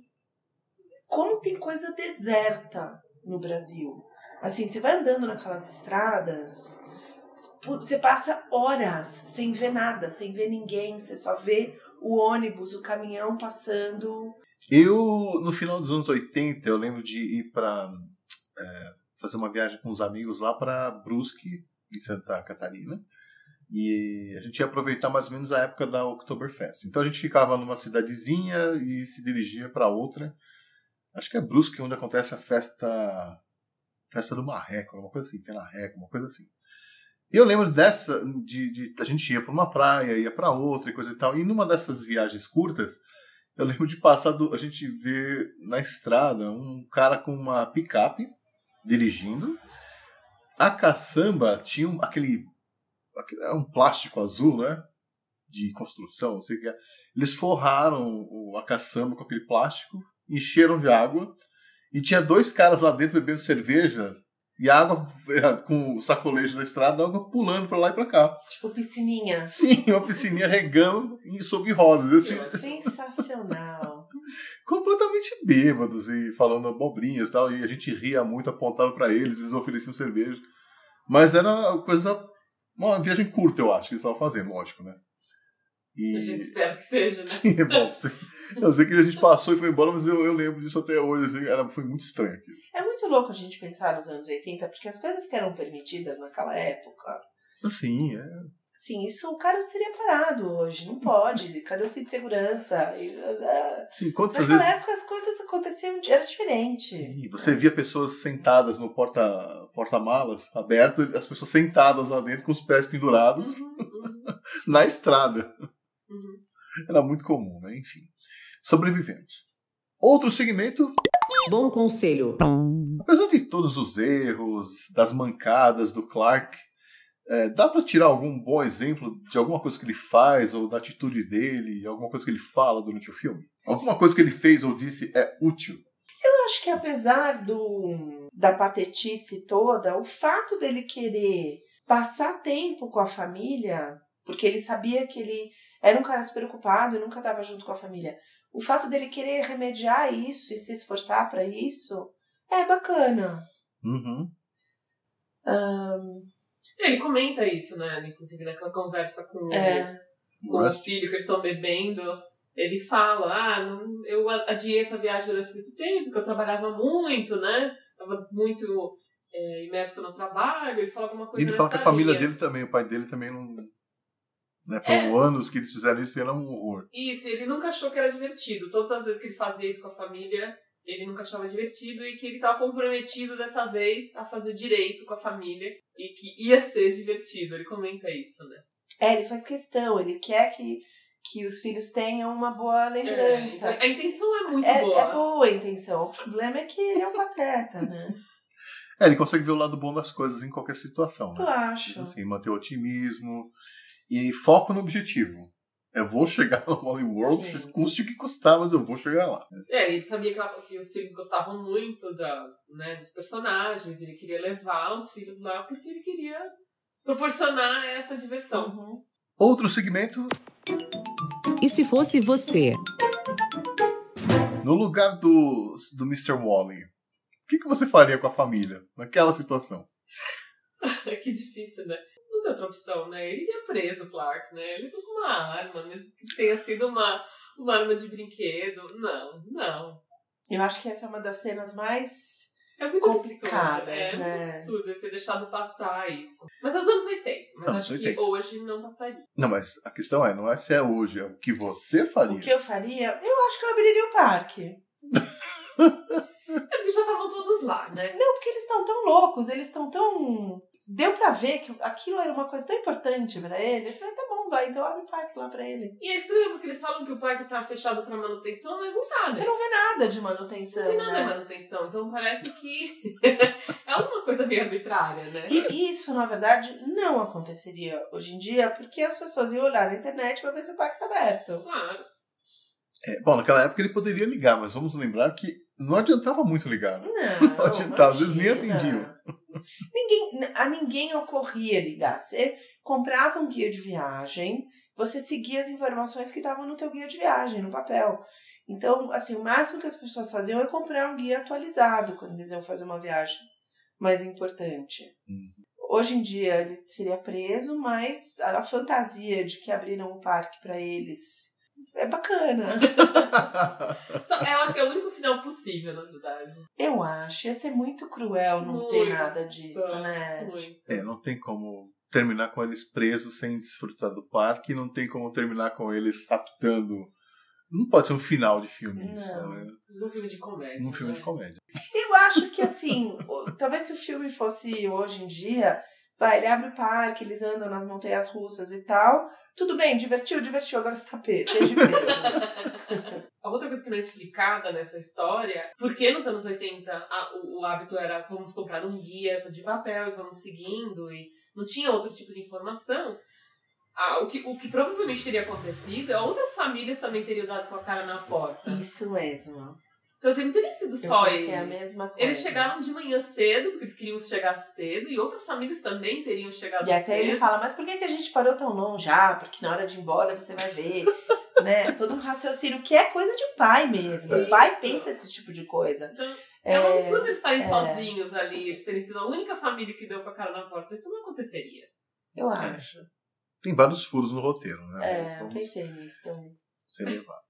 como tem coisa deserta no Brasil. Assim, você vai andando naquelas estradas, você passa horas sem ver nada, sem ver ninguém, você só vê o ônibus, o caminhão passando. Eu, no final dos anos oitenta, eu lembro de ir para é, fazer uma viagem com os amigos lá para Brusque, em Santa Catarina. E a gente ia aproveitar mais ou menos a época da Oktoberfest. Então a gente ficava numa cidadezinha e se dirigia para outra. Acho que é Brusque onde acontece a festa festa do Marreco, uma coisa assim, Fenarreco, uma coisa assim. E eu lembro dessa, de, de a gente ia para uma praia, ia para outra e coisa e tal. E numa dessas viagens curtas, eu lembro de passar, do, a gente ver na estrada um cara com uma picape dirigindo. A caçamba tinha um, aquele, aquele um plástico azul, né? De construção, não sei o que é. Eles forraram a caçamba com aquele plástico, encheram de água e tinha dois caras lá dentro bebendo cerveja e a água com o sacolejo da estrada, a água pulando pra lá e pra cá. Tipo piscininha. Sim, uma piscininha regando sob rosas. Assim. Sensacional. Completamente bêbados e falando abobrinhas e tal. E a gente ria muito, apontava pra eles, eles ofereciam cerveja. Mas era coisa... Uma viagem curta, eu acho, que eles estavam fazendo, lógico, né? E... A gente espera que seja, né? Sim, é bom. Eu sei que a gente passou e foi embora, mas eu, eu lembro disso até hoje. Assim, era, foi muito estranho aquilo. É muito louco a gente pensar nos anos oitenta, porque as coisas que eram permitidas naquela época... Assim, é... Sim, isso o cara seria parado hoje. Não pode. Cadê o cinto de segurança? Sim, quantas Naquela vezes... época as coisas aconteciam... Era diferente. Sim, você via pessoas sentadas no porta, porta-malas aberto, as pessoas sentadas lá dentro com os pés pendurados Uhum, uhum. na estrada. Uhum. Era muito comum, né? Enfim. Sobrevivemos. Outro segmento... Bom conselho. Apesar de todos os erros, das mancadas do Clark, é, dá pra tirar algum bom exemplo de alguma coisa que ele faz, ou da atitude dele, alguma coisa que ele fala durante o filme? Alguma coisa que ele fez ou disse é útil? Eu acho que apesar do, da patetice toda, o fato dele querer passar tempo com a família, porque ele sabia que ele era um cara despreocupado e nunca estava junto com a família, o fato dele querer remediar isso e se esforçar para isso é bacana. Uhum. Um, Ele comenta isso, né? Inclusive naquela conversa com, É. com o filho que eles estão bebendo. Ele fala, ah, não, eu adiei essa viagem durante muito tempo, porque eu trabalhava muito, né? Tava muito é, imerso no trabalho. Ele fala alguma coisa E ele fala que a nessa família linha. dele também, o pai dele também não... Né, foram É. anos que eles fizeram isso e era um horror. Isso, ele nunca achou que era divertido. Todas as vezes que ele fazia isso com a família, ele nunca achava divertido e que ele estava comprometido dessa vez a fazer direito com a família e que ia ser divertido. Ele comenta isso, né? É, ele faz questão, ele quer que, que os filhos tenham uma boa lembrança. É, a intenção é muito É, boa. é boa a intenção, o problema é que ele é um pateta, né? É, ele consegue ver o lado bom das coisas em qualquer situação, Eu né? acho. Diz assim, manter o otimismo e foco no objetivo. Eu vou chegar no Wally World, Sim. se custe o que custar, mas eu vou chegar lá. É, ele sabia que, ela- que os filhos gostavam muito da, né, dos personagens, ele queria levar os filhos lá porque ele queria proporcionar essa diversão. Uhum. Outro segmento, E se fosse você? no lugar do, do mister Wally, o que, que você faria com a família naquela situação? Que difícil, né? Não tem outra opção, né? Ele ia preso, Clark, né? Ele foi com uma arma, mesmo que tenha sido uma, uma arma de brinquedo. Não, não. Eu acho que essa é uma das cenas mais É muito complicadas, absurdo, né? É né? muito absurdo eu ter deixado passar isso. Mas é os anos oitenta. Mas Anos acho oitenta. que hoje não passaria. Não, mas a questão é, não é se é hoje, é o que você faria. O que eu faria? Eu acho que eu abriria o parque. É porque já estavam todos lá, né? Não, porque eles estão tão loucos, eles estão tão... Deu pra ver que aquilo era uma coisa tão importante pra ele. Eu falei, tá bom, vai, então abre o parque lá pra ele. E é estranho porque eles falam que o parque tá fechado pra manutenção, mas não tá, né? Você não vê nada de manutenção, Não tem nada né? de manutenção, então parece que é uma coisa meio arbitrária, né? E isso, na verdade, não aconteceria hoje em dia, porque as pessoas iam olhar na internet pra ver se o parque tá aberto. Claro. É, bom, naquela época ele poderia ligar, mas vamos lembrar que não adiantava muito ligar. Né? Não, Não adiantava, às vezes nem imagina. atendiam. Ninguém, a ninguém ocorria ligar. Você comprava um guia de viagem, você seguia as informações que estavam no teu guia de viagem, no papel. Então, assim, o máximo que as pessoas faziam é comprar um guia atualizado quando eles iam fazer uma viagem mais importante. Uhum. Hoje em dia ele seria preso, mas a fantasia de que abriram o parque para eles é bacana. Então, eu acho que é o único final possível, na verdade. Eu acho, ia ser muito cruel não ter Muito. nada disso, né? Muito. É, não tem como terminar com eles presos sem desfrutar do parque, não tem como terminar com eles raptando. Não pode ser um final de filme isso, Não. né? Num filme de comédia. Num filme né? de comédia. Eu acho que, assim, o- talvez se o filme fosse hoje em dia, vai, ele abre o parque, eles andam nas montanhas russas e tal. Tudo bem, divertiu, divertiu, agora você tá pe- seja preso. A outra coisa que não é explicada nessa história, porque nos anos oitenta a, o, o hábito era vamos comprar um guia de papel e vamos seguindo, e não tinha outro tipo de informação. Ah, o, que, o que provavelmente teria acontecido é outras famílias também teriam dado com a cara na porta. Isso mesmo. Então, assim, não teria sido Eu só pensei eles. a mesma coisa. Eles chegaram de manhã cedo, porque eles queriam chegar cedo, e outras famílias também teriam chegado E até cedo. ele fala, mas por que, que a gente parou tão longe? Ah, porque na hora de ir embora você vai ver, né? Todo um raciocínio, que é coisa de pai mesmo. O pai Isso. pensa esse tipo de coisa. Então, é um absurdo eles estarem é. sozinhos ali, eles terem sido a única família que deu com a cara na porta. Isso não aconteceria. Eu acho. Tem vários furos no roteiro, né? É, eu Vamos pensei nisso também. ser levado.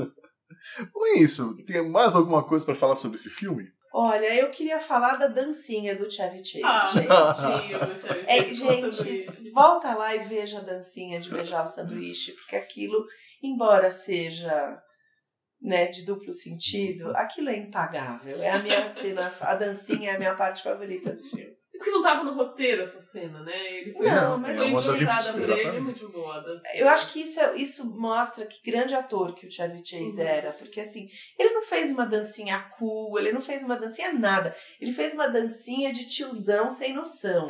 Bom, é isso. Tem mais alguma coisa pra falar sobre esse filme? Olha, eu queria falar da dancinha do Chevy Chase, Ah, gente. bonitinho, Chevy É, Chase com gente, sanduíche. volta lá e veja a dancinha de beijar o sanduíche, porque aquilo, embora seja, né, de duplo sentido, aquilo é impagável. É a minha cena, a dancinha é a minha parte favorita do filme. Isso que não tava no roteiro, essa cena, né? Ele foi, Não, mas foi é uma das improvisada por ele, exatamente. muito boa. a dancinha. Eu acho que isso, é, isso mostra que grande ator que o Chevy Chase Uhum. era, porque assim, ele não fez uma dancinha cool, ele não fez uma dancinha nada, ele fez uma dancinha de tiozão sem noção.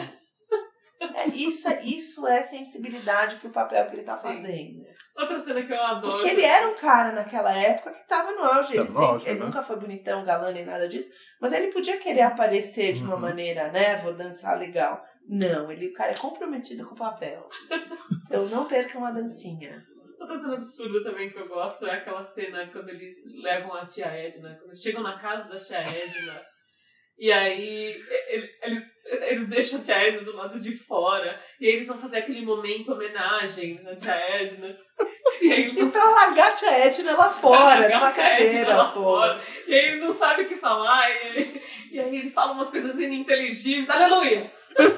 É, isso, é, isso é sensibilidade pro papel que ele tá Sim. fazendo. Outra cena que eu adoro. Porque ele era um cara naquela época que tava no auge. Ele, Tava no sempre- auge, ele né? nunca foi bonitão, galã nem nada disso. Mas ele podia querer aparecer de uma Uhum. maneira, né? Vou dançar legal. Não, ele, o cara é comprometido com o papel. Então não perca uma dancinha. Outra cena absurda também que eu gosto é aquela cena quando eles levam a tia Edna, quando eles chegam na casa da tia Edna E aí eles, eles deixam a Tia Edna do lado de fora. E aí eles vão fazer aquele momento homenagem na Tia Edna. E, aí e pra largar a Tia Edna lá fora, numa cadeira. Lá fora. E aí ele não sabe o que falar. E aí, e aí ele fala umas coisas ininteligíveis. Aleluia!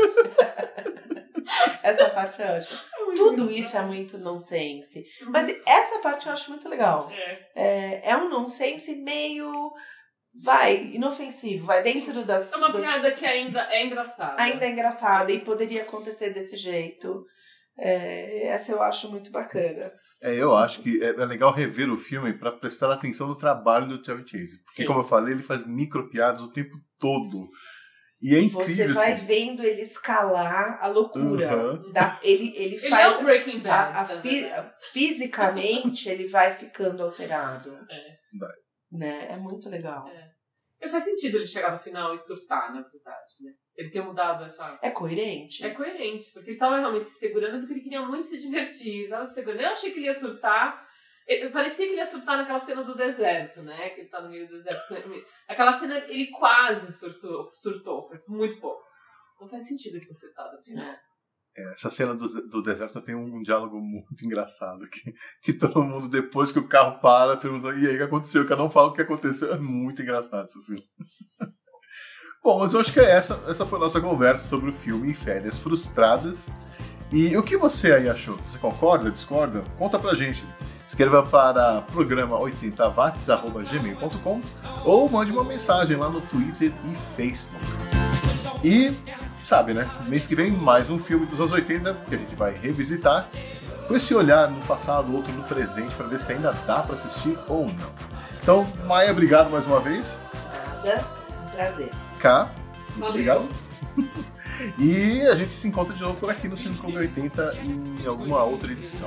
Essa parte eu acho. É Tudo engraçado. Isso é muito nonsense. Uhum. Mas essa parte eu acho muito legal. É, é, é um nonsense meio... Vai, inofensivo, vai dentro das... É uma das... piada que ainda é engraçada. Ainda é engraçada e poderia acontecer desse jeito. É, essa eu acho muito bacana. É, eu acho que é, é legal rever o filme para prestar atenção no trabalho do Chevy Chase. Porque, Sim. como eu falei, ele faz micro piadas o tempo todo. E é incrível. Você vai assim. vendo ele escalar a loucura. Uhum. Da, ele, ele faz. Ele é o Breaking Bad. A, a fi, fisicamente, ele vai ficando alterado. É. Vai. Né? É muito legal. É. Faz sentido ele chegar no final e surtar, na verdade, né? Ele ter mudado essa... É coerente. É coerente, porque ele tava realmente se segurando porque ele queria muito se divertir. Ele tava se segurando. Eu achei que ele ia surtar. Eu, parecia que ele ia surtar naquela cena do deserto, né? Que ele tá no meio do deserto. Aquela cena, ele quase surtou, surtou. Foi muito pouco. Não faz sentido ele ter surtado no final. É, essa cena do, do deserto tem um, um diálogo muito engraçado. Que, que todo mundo, depois que o carro para, pergunta: e aí, o que aconteceu? Cada um fala o que aconteceu. É muito engraçado isso assim. Bom, mas eu acho que essa, essa foi a nossa conversa sobre o filme Férias Frustradas. E o que você aí achou? Você concorda, discorda? Conta pra gente. Escreva para programa oitenta watts arroba gmail ponto com ou mande uma mensagem lá no Twitter e Facebook. E, sabe, né? Mês que vem, mais um filme dos anos oitenta que a gente vai revisitar com esse olhar no passado, outro no presente, para ver se ainda dá para assistir ou não. Então, Maia, obrigado mais uma vez. Nada, prazer. Cá, muito obrigado. E a gente se encontra de novo por aqui no Cine Clube oitenta em alguma outra edição.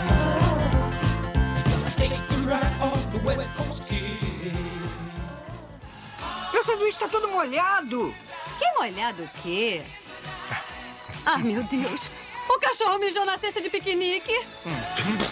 Meu sanduíche tá todo molhado. Que molhado o quê? Ah, meu Deus. O cachorro mijou na cesta de piquenique. Hum.